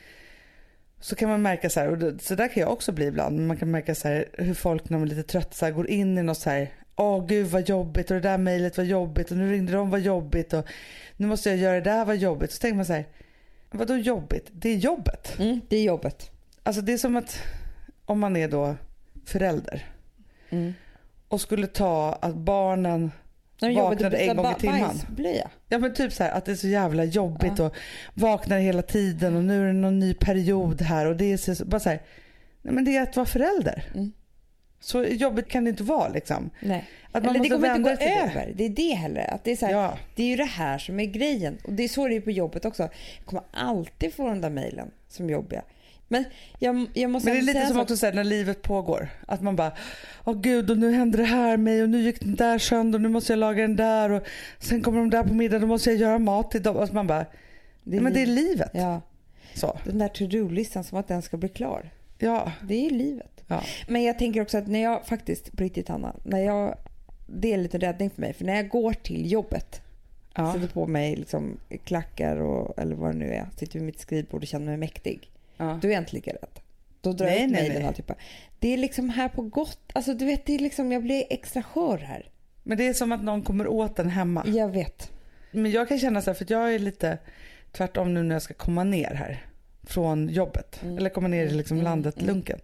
Så kan man märka så här, och så där kan jag också bli ibland, men man kan märka så här hur folk när de är lite trötta så här, går in i något så här, gud vad jobbigt, och det där mejlet var jobbigt, och nu ringde de, vad jobbigt, och nu måste jag göra det där, vad jobbigt. Så tänker man så här, vadå jobbigt? Det är jobbet. Det är jobbet. Alltså det är som att om man är då förälder och skulle ta att barnen vaknade en gång i timmen. Ja, men typ så här, att det är så jävla jobbigt och vaknar hela tiden och nu är det någon ny period här, och det är så, bara så här, nej, men det är att vara förälder. Så jobbigt kan det inte vara liksom. Nej. Att man eller måste det kommer inte gå det. över. Det är det heller. Att det är så här, det är ju det här som är grejen. Och det är så det är på jobbet också. Jag kommer alltid få den där mejlen som jobbiga. Men jag måste. Men det är lite som också så här, när livet pågår. Att man bara, gud, och nu händer det här mig, och nu gick den där sönder, och nu måste jag laga den där, och sen kommer de där på middag, då måste jag göra mat till dem. Och så man bara, men det är livet. Ja. Så. Den där to-do-listan, som att den ska bli klar. Ja. Det är livet. Ja. Men jag tänker också att när jag faktiskt, på riktigt Hanna, det är lite räddning för mig. För när jag går till jobbet, sätter på mig liksom klackar eller vad det nu är, sitter vid mitt skrivbord och känner mig mäktig. Då är jag inte lika rädd. Då drar jag upp mejlen och typ. Det är liksom här på gott. Alltså du vet, det är liksom, jag blir extra skör här. Men det är som att någon kommer åt den hemma. Jag vet. Men jag kan känna så här, för jag är lite tvärtom nu när jag ska komma ner här från jobbet. Eller komma ner i liksom landet, lunken.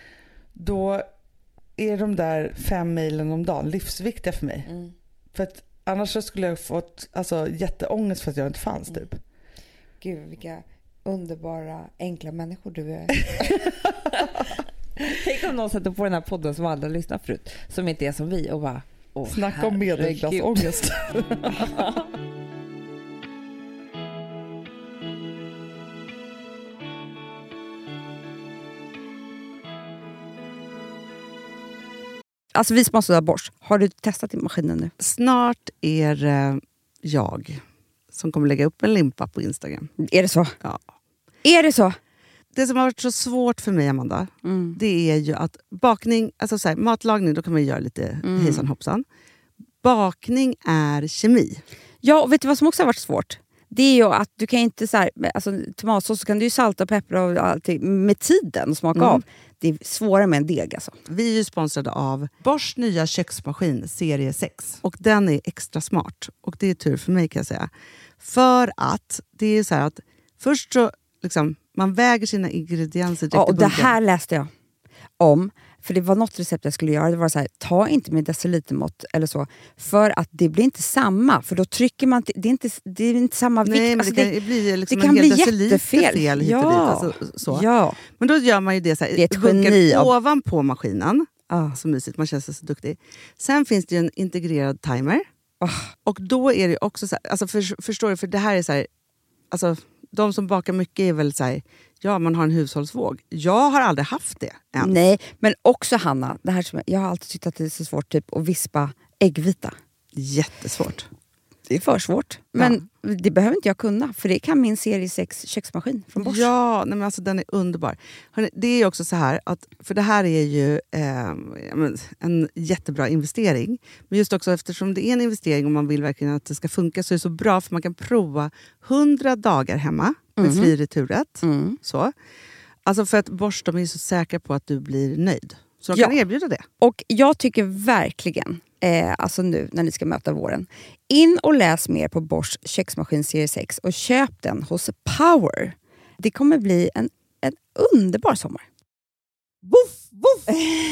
Då är de där 5 mejlen om dagen livsviktiga för mig. För att annars så skulle jag fått jätteångest för att jag inte fanns typ. Gud, vilka underbara, enkla människor du är. Tänk om någon sätter på den här podden som alla lyssnar förut, som inte är som vi, och bara, snacka om medelklassångest. Alltså vi som har sådär borst, har du testat i maskinen nu? Snart är jag som kommer lägga upp en limpa på Instagram. Är det så? Ja. Är det så? Det som har varit så svårt för mig, Amanda, det är ju att bakning, alltså så här, matlagning, då kan man göra lite hejsan hoppsan. Bakning är kemi. Ja, och vet du vad som också har varit svårt? Det är ju att du kan inte så här, alltså tomatsås så kan du ju salta och peppra och allting med tiden och smaka av. Det är svårare med en deg alltså. Vi är ju sponsrade av Bosch nya köksmaskin serie 6. Och den är extra smart. Och det är tur för mig kan jag säga. För att det är så här att först så liksom, man väger sina ingredienser direkt i bunken. Det här läste jag om. För det var något recept jag skulle göra. Det var så här, ta inte med decilitermått eller så. För att det blir inte samma. För då trycker man, det är inte samma vikt. Nej, men alltså det kan bli liksom det kan en hel bli deciliter fel hit och dit. Alltså, så. Ja. Men då gör man ju det så här. Det är ett geni ovanpå maskinen. Så mysigt, man känns så duktig. Sen finns det ju en integrerad timer. Och då är det också så här, alltså förstår du, för det här är så här, alltså de som bakar mycket är väl så här, Ja, man har en hushållsvåg. Jag har aldrig haft det än. Nej, men också Hanna, det här som jag har alltid tyckt att det är så svårt typ att vispa äggvita. Jättesvårt. Det är för svårt. Men det behöver inte jag kunna, för det kan min serie 6 köksmaskin från Bosch. Ja, nej men alltså den är underbar. Hörrni, det är också så här, att, för det här är ju en jättebra investering. Men just också eftersom det är en investering och man vill verkligen att det ska funka, så är det så bra för man kan prova 100 dagar hemma med fri returrätt. Så. Alltså för att Bosch, de är så säkra på att du blir nöjd. Så de kan erbjuda det. Och jag tycker verkligen, alltså nu när ni ska möta våren, in och läs mer på Bosch köksmaskin serie 6 och köp den hos Power. Det kommer bli en underbar sommar. Woof, woof.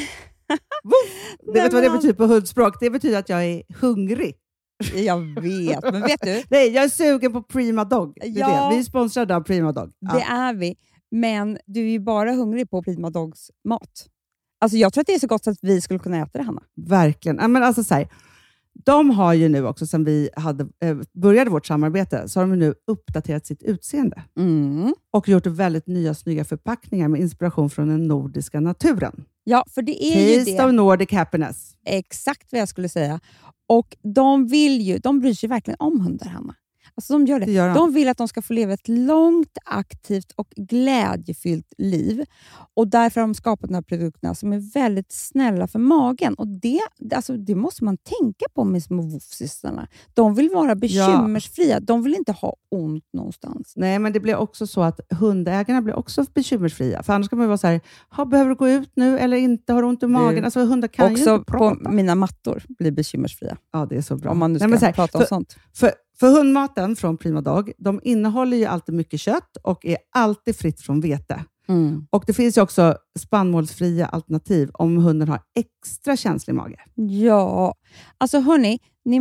Woof. Det vet vad det betyder på hundspråk. Det betyder att jag är hungrig. Jag vet, men vet du? Nej, jag är sugen på Prima Dog. Det är Ja. det. Vi är sponsrade av Prima Dog. Det är vi. Men du är ju bara hungrig på Prima Dogs mat. Alltså jag tror att det är så gott så att vi skulle kunna äta det, Hanna. Verkligen. Ja, men alltså, så här, de har ju nu också, sen vi började vårt samarbete, så har de nu uppdaterat sitt utseende. Och gjort väldigt nya snygga förpackningar med inspiration från den nordiska naturen. Ja, för det är Taste ju det. of Nordic happiness. Exakt vad jag skulle säga. Och de bryr sig verkligen om hundar, Hanna. Alltså de gör det. Det gör de. De vill att de ska få leva ett långt, aktivt och glädjefyllt liv. Och därför har de skapat de här produkterna som är väldigt snälla för magen. Och det måste man tänka på med små woofsystarna. De vill vara bekymmersfria. De vill inte ha ont någonstans. Nej, men det blir också så att hundägarna blir också bekymmersfria. För annars kan man ju vara så här, behöver du gå ut nu eller inte? Har du ont i magen? Alltså hundar kan ju inte prata. Också på mina mattor blir bekymmersfria. Ja, det är så bra. Om man nu ska prata om sånt. För hundmaten från Prima Dog, de innehåller ju alltid mycket kött och är alltid fritt från vete. Och det finns ju också spannmålsfria alternativ om hunden har extra känslig mage. Ja, alltså hörni,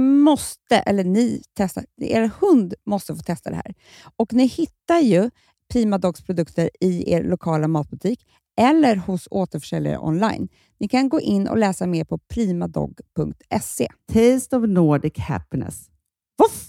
ni testar. Er hund måste få testa det här. Och ni hittar ju Prima Dogs produkter i er lokala matbutik eller hos återförsäljare online. Ni kan gå in och läsa mer på primadog.se. Taste of Nordic happiness. Voff!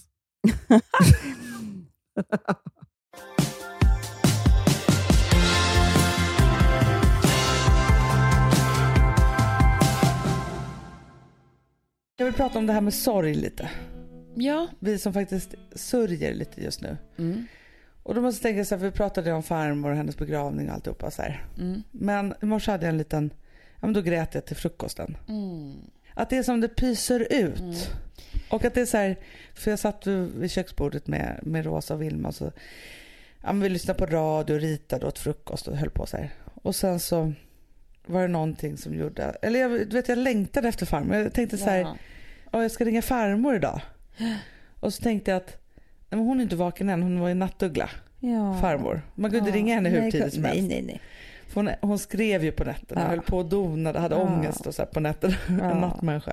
Jag vill prata om det här med sorg lite. Ja. Vi som faktiskt sörjer lite just nu. Och då måste jag tänka så här, för vi pratade om farmor och hennes begravning och alltihopa så här. Men i morse hade jag en liten, men då grät jag till frukosten. Att det är som det pyser ut. Och att det är så här, för jag satt vid köksbordet med Rosa och Vilma och så, vi lyssnade på radio och ritade åt frukost och höll på så här. Och sen så var det någonting som gjorde, eller jag längtade efter farmor. Jag tänkte så här, jag ska ringa farmor idag. Och så tänkte jag att men hon är inte vaken än, hon var i nattuggla. Farmor. Man kunde ringa henne hur tidigt som helst. Nej. Hon skrev ju på nätterna, höll på och donade, hade ångest och så här på nätterna. En nattmänniska.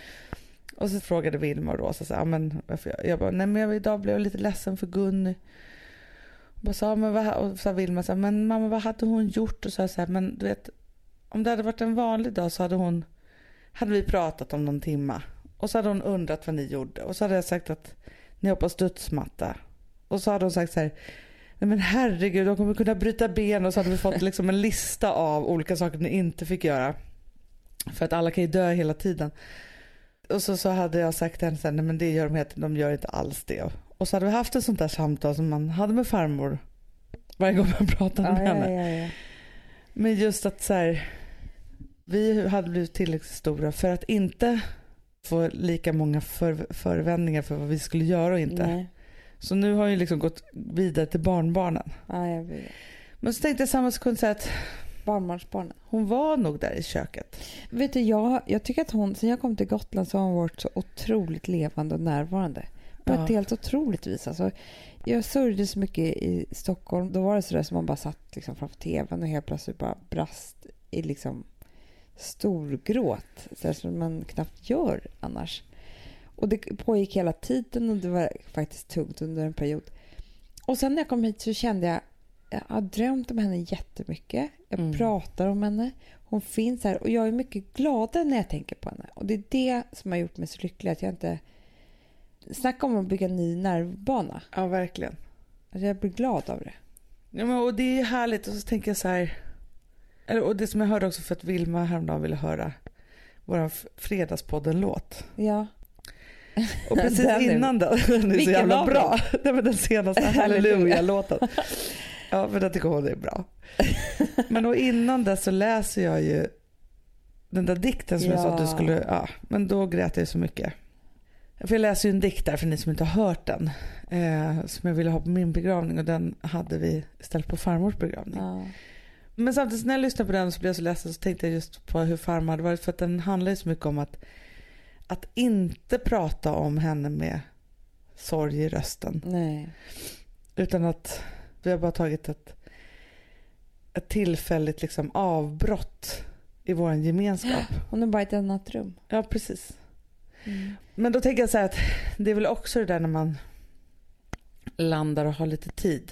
Och så frågade Vilma och Rosa så här, men varför jag bara, nej men idag blev jag lite ledsen för Gunny. Och så sa Vilma så här, men mamma, vad hade hon gjort? Och så här, men du vet, om det hade varit en vanlig dag så hade vi pratat om någon timma. Och så hade hon undrat vad ni gjorde. Och så hade jag sagt att ni hoppar studsmatta. Och så hade hon sagt så här, nej men herregud, de kommer kunna bryta ben. Och så hade vi fått liksom en lista av olika saker ni inte fick göra. För att alla kan ju dö hela tiden. Och så hade jag sagt till henne så här, nej men det gör de gör inte alls det. Och så hade vi haft ett sånt där samtal som man hade med farmor varje gång man pratade med henne. Ja. Men just att så här, vi hade blivit tillräckligt stora för att inte få lika många förevändningar för vad vi skulle göra och inte. Nej. Så nu har jag liksom gått vidare till barnbarnen. Ja, jag vet. Men så tänkte jag samma sekund så att Barnbarnsbarnen. hon var nog där i köket. Vet du, jag tycker att hon, sen jag kom till Gotland så har hon varit så otroligt levande och närvarande. På ett helt otroligt vis. Alltså, jag sörjde så mycket i Stockholm. Då var det sådär som man bara satt liksom framför tvn och helt plötsligt bara brast i liksom storgråt. Så som man knappt gör annars. Och det pågick hela tiden och det var faktiskt tungt under en period. Och sen när jag kom hit så kände jag har drömt om henne jättemycket. Jag pratar om henne. Hon finns här och jag är mycket gladare när jag tänker på henne. Och det är det som har gjort mig så lycklig att jag inte... Snacka om att bygga en ny nervbana. Ja, verkligen. Alltså jag blir glad av det. Ja, men, och det är härligt. Och så tänker jag så här... Och det som jag hörde också för att Vilma häromdagen ville höra vår Fredagspodden-låt. Ja. Och precis innan den är så jävla bra. Det var den senaste Halleluja-låten. Ja, för det tycker hon är bra. Men då innan det så läser jag ju den där dikten som jag sa att du skulle... Ja, men då grät jag så mycket. För jag läser ju en dikt där för ni som inte har hört den. Som jag ville ha på min begravning. Och den hade vi istället på farmors begravning. Ja. Men samtidigt när jag lyssnade på den så blev jag så ledsen, så tänkte jag just på hur farmor hade varit. För att den handlar ju så mycket om att inte prata om henne med sorg i rösten. Nej. Utan att vi har bara tagit ett tillfälligt liksom avbrott i vår gemenskap. Hon är bara i ett annat rum. Ja, precis. Men då tänker jag så här att det är väl också det där när man landar och har lite tid.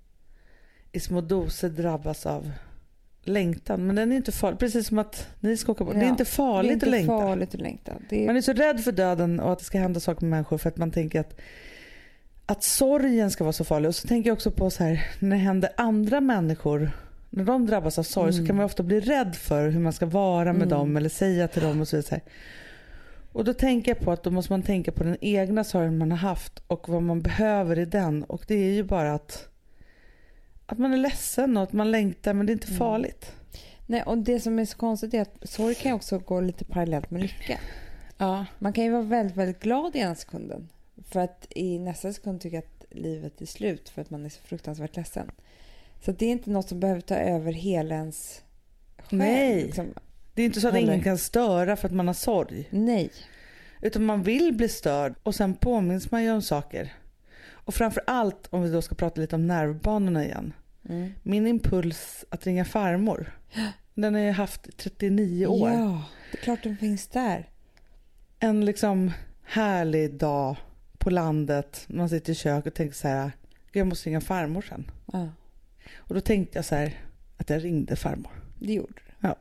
I små doser drabbas av längtan. Men den är inte farlig. Precis som att ni ska åka bort. Det är inte farligt att längta. Farligt att längta. Man är så rädd för döden och att det ska hända saker med människor för att man tänker att sorgen ska vara så farlig. Och så tänker jag också på så här, när det händer andra människor, när de drabbas av sorg så kan man ofta bli rädd för hur man ska vara med dem eller säga till dem och så vidare. Och då tänker jag på att då måste man tänka på den egna sorgen man har haft och vad man behöver i den. Och det är ju bara att man är ledsen och att man längtar, men det är inte farligt. Nej, och det som är så konstigt är att sorg kan också gå lite parallellt med lycka. Ja. Man kan ju vara väldigt, väldigt glad i ena sekunden. För att i nästa sekund tycka att livet är slut för att man är så fruktansvärt ledsen. Så det är inte något som behöver ta över hela ens själ. Nej, liksom. Det är inte så att ingen kan störa för att man har sorg. Nej. Utan man vill bli störd och sen påminns man ju om saker. Och framför allt, om vi då ska prata lite om nervbanorna igen. Min impuls att ringa farmor, den har jag haft i 39 år. Ja, det är klart den finns där. En liksom härlig dag på landet. Man sitter i kök och tänker så här, jag måste ringa farmor sen. Ja. Och då tänkte jag så här, att jag ringde farmor. Det gjorde du. Ja.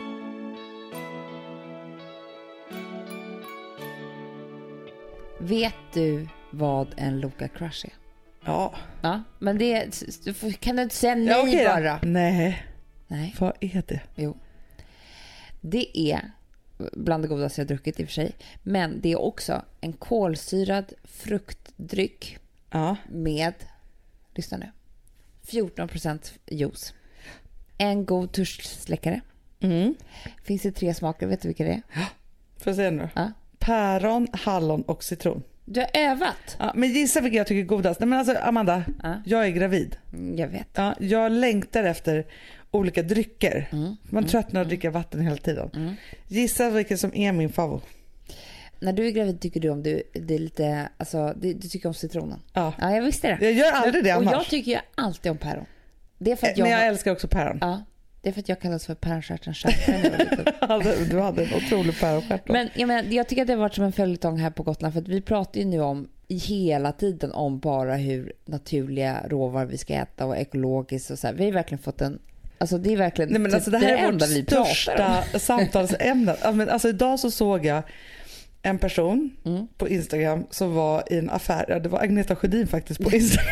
Vet du vad en Loka Crush är? Ja. Ja, men det kan du inte säga nej okej, bara. Nej. Nej. Vad är det? Jo. Det är bland det godaste jag druckit i och för sig. Men det är också en kolsyrad fruktdryck med, lyssna nu, 14% juice. En god törstsläckare. Finns det 3 smaker, vet du vilka det är? Får jag säga nu? Ja. Päron, hallon och citron. Du har övat. Ja, men gissa vilka jag tycker är godast. Nej, men alltså, Amanda, jag är gravid. Jag vet. Ja, jag längtar efter olika drycker. Man tröttnar att dricka vatten hela tiden. Gissa vilken som är min favorit. När du är gravid tycker du om det är lite, alltså, du tycker om citronen. Ja, jag visste det. Jag gör aldrig det annars. Och jag tycker ju alltid om päron. Det är för att men jag älskar också päron. Ja, det är för att jag kallas för päronstjärten när jag var liten. Du hade en otrolig päronstjärt. Men jag tycker att det har varit som en följetong här på Gotland, för att vi pratar ju nu om hela tiden om bara hur naturliga råvaror vi ska äta och ekologiskt och så här. Vi har verkligen fått en, alltså det är verkligen nej, men alltså, det här är vårt största samtalsämne. Alltså idag så såg jag en person på Instagram som var i en affär. Ja, det var Agneta Sjödin faktiskt på Instagram.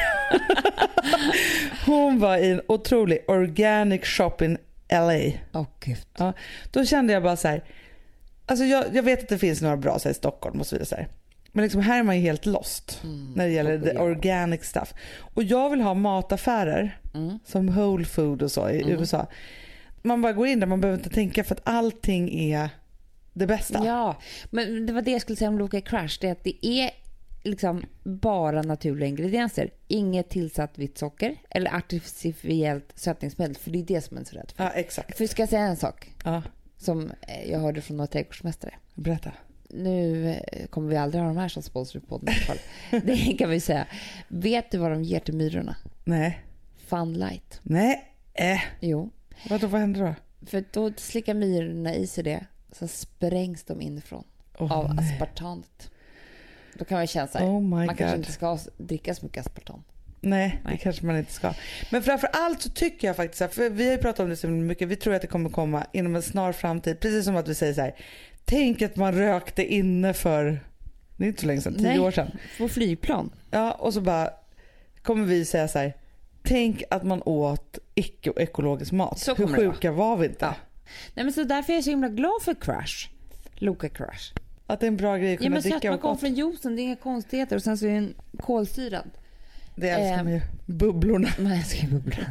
Hon var i en otrolig organic shop in LA. Gud. Ja, då kände jag bara så här. Alltså jag vet att det finns några bra så här, i Stockholm och så vidare så här. Men liksom här är man ju helt lost när det gäller the organic stuff. Och jag vill ha mataffärer som Whole Food och så i USA. Man bara går in där, man behöver inte tänka för att allting är det bästa. Ja, men det var det jag skulle säga om Loka Crush. Det är att det är liksom bara naturliga ingredienser. Inget tillsatt vitt socker eller artificiellt sötningsmedel. För det är det som man är så rädd för. Ja, exakt. För ska jag säga en sak som jag hörde från några trädgårdsmästare. Berätta. Nu kommer vi aldrig ha de här som sponsor på podden i alla fall. Det kan vi säga. Vet du vad de ger till myrorna? Nej. Funlight. Nej. Jo. Vad händer då? För då slickar myrorna i sig det, så sprängs de inifrån av aspartanet. Då kan man känna så här, man kanske inte ska dricka så mycket aspartam. Nej, det kanske man inte ska. Men framför allt så tycker jag faktiskt, för vi har ju pratat om det så mycket, vi tror att det kommer komma inom en snar framtid. Precis som att vi säger så här, tänk att man rökte inne för, det är inte så länge sedan, 10 år sedan. På flygplan. Ja, och så bara kommer vi säga så här, tänk att man åt icke-ekologisk mat. Så hur sjuka var vi inte? Ja. Nej, men så därför är jag så himla glad för Crush. Loka Crush. Att det är en bra grej att kunna dricka. Sötman kommer från juicen, det är inga konstigheter. Och sen så är den kolsyrad. Det älskar man ju. Bubblorna. Man älskar bubblorna.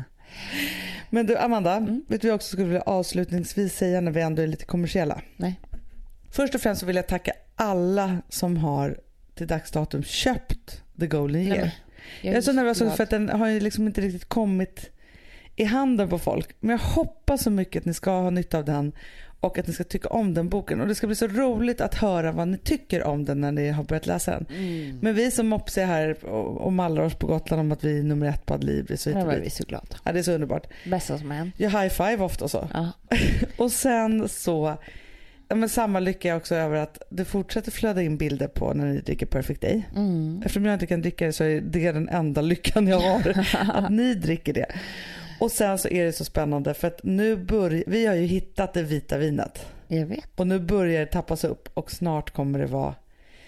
Men du Amanda, vet du vad jag också skulle vilja avslutningsvis säga när vi ändå är lite kommersiella? Nej. Först och främst så vill jag tacka alla som har till dagsdatum köpt The Golden Year. Nej, jag är så nervös för att den har ju liksom inte riktigt kommit i handen på folk. Men jag hoppas så mycket att ni ska ha nytta av den och att ni ska tycka om den boken. Och det ska bli så roligt att höra vad ni tycker om den när ni har börjat läsa den. Men vi som mopsar här och mallar oss på Gotland om att vi är nummer 1 på Adlibris. Så var vi så glada. Ja, det är så underbart. Bästa som hänt. Jag high five ofta så. Ja. Och sen så men samma lycka är också över att det fortsätter flöda in bilder på när ni dricker Perfect Day. Eftersom jag inte kan dricka det så är det den enda lyckan jag har. Att ni dricker det. Och sen så är det så spännande för att nu vi har ju hittat det vita vinet. Jag vet. Och nu börjar det tappas upp och snart kommer det vara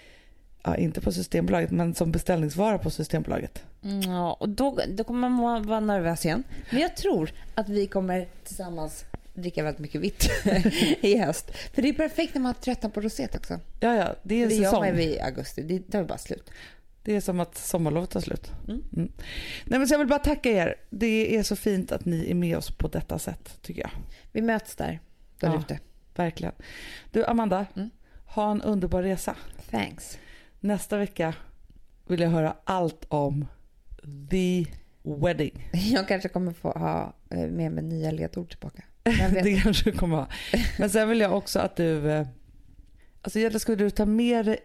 inte på Systembolaget men som beställningsvara på Systembolaget. Ja, och då kommer man vara nervös igen. Men jag tror att vi kommer tillsammans dricka väldigt mycket vitt i höst. För det är perfekt när man tröttnar på rosé också. Ja, det är en säsong. Det gör man i augusti. Det är bara slut. Det är som att sommarlovet tar slut. Nej, men så jag vill bara tacka er. Det är så fint att ni är med oss på detta sätt, tycker jag. Vi möts där ute. Verkligen. Du, Amanda, ha en underbar resa. Thanks. Nästa vecka vill jag höra allt om The Wedding. Jag kanske kommer få ha med mig nya ledord tillbaka. Det kanske kommer ha. Men sen vill jag också att du... Alltså egentligen skulle du ta med dig...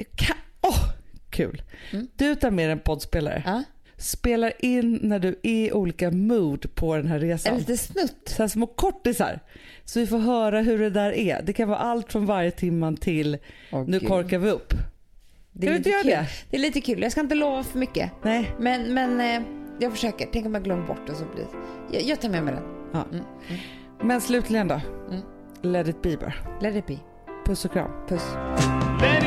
Kul. Du tar med en poddspelare. Spelar in när du är i olika mood på den här resan. Lite snutt. Så här små kortisar. Så vi får höra hur det där är. Det kan vara allt från varje timman till nu korkar vi upp. Det är lite kul. Det är lite kul. Jag ska inte lova för mycket. Nej. Men jag försöker. Tänk om jag glömmer bort och så blir jag tar med mig den. Ja. Men slutligen då. Let it be bara. Let it be. Puss och kram. Puss.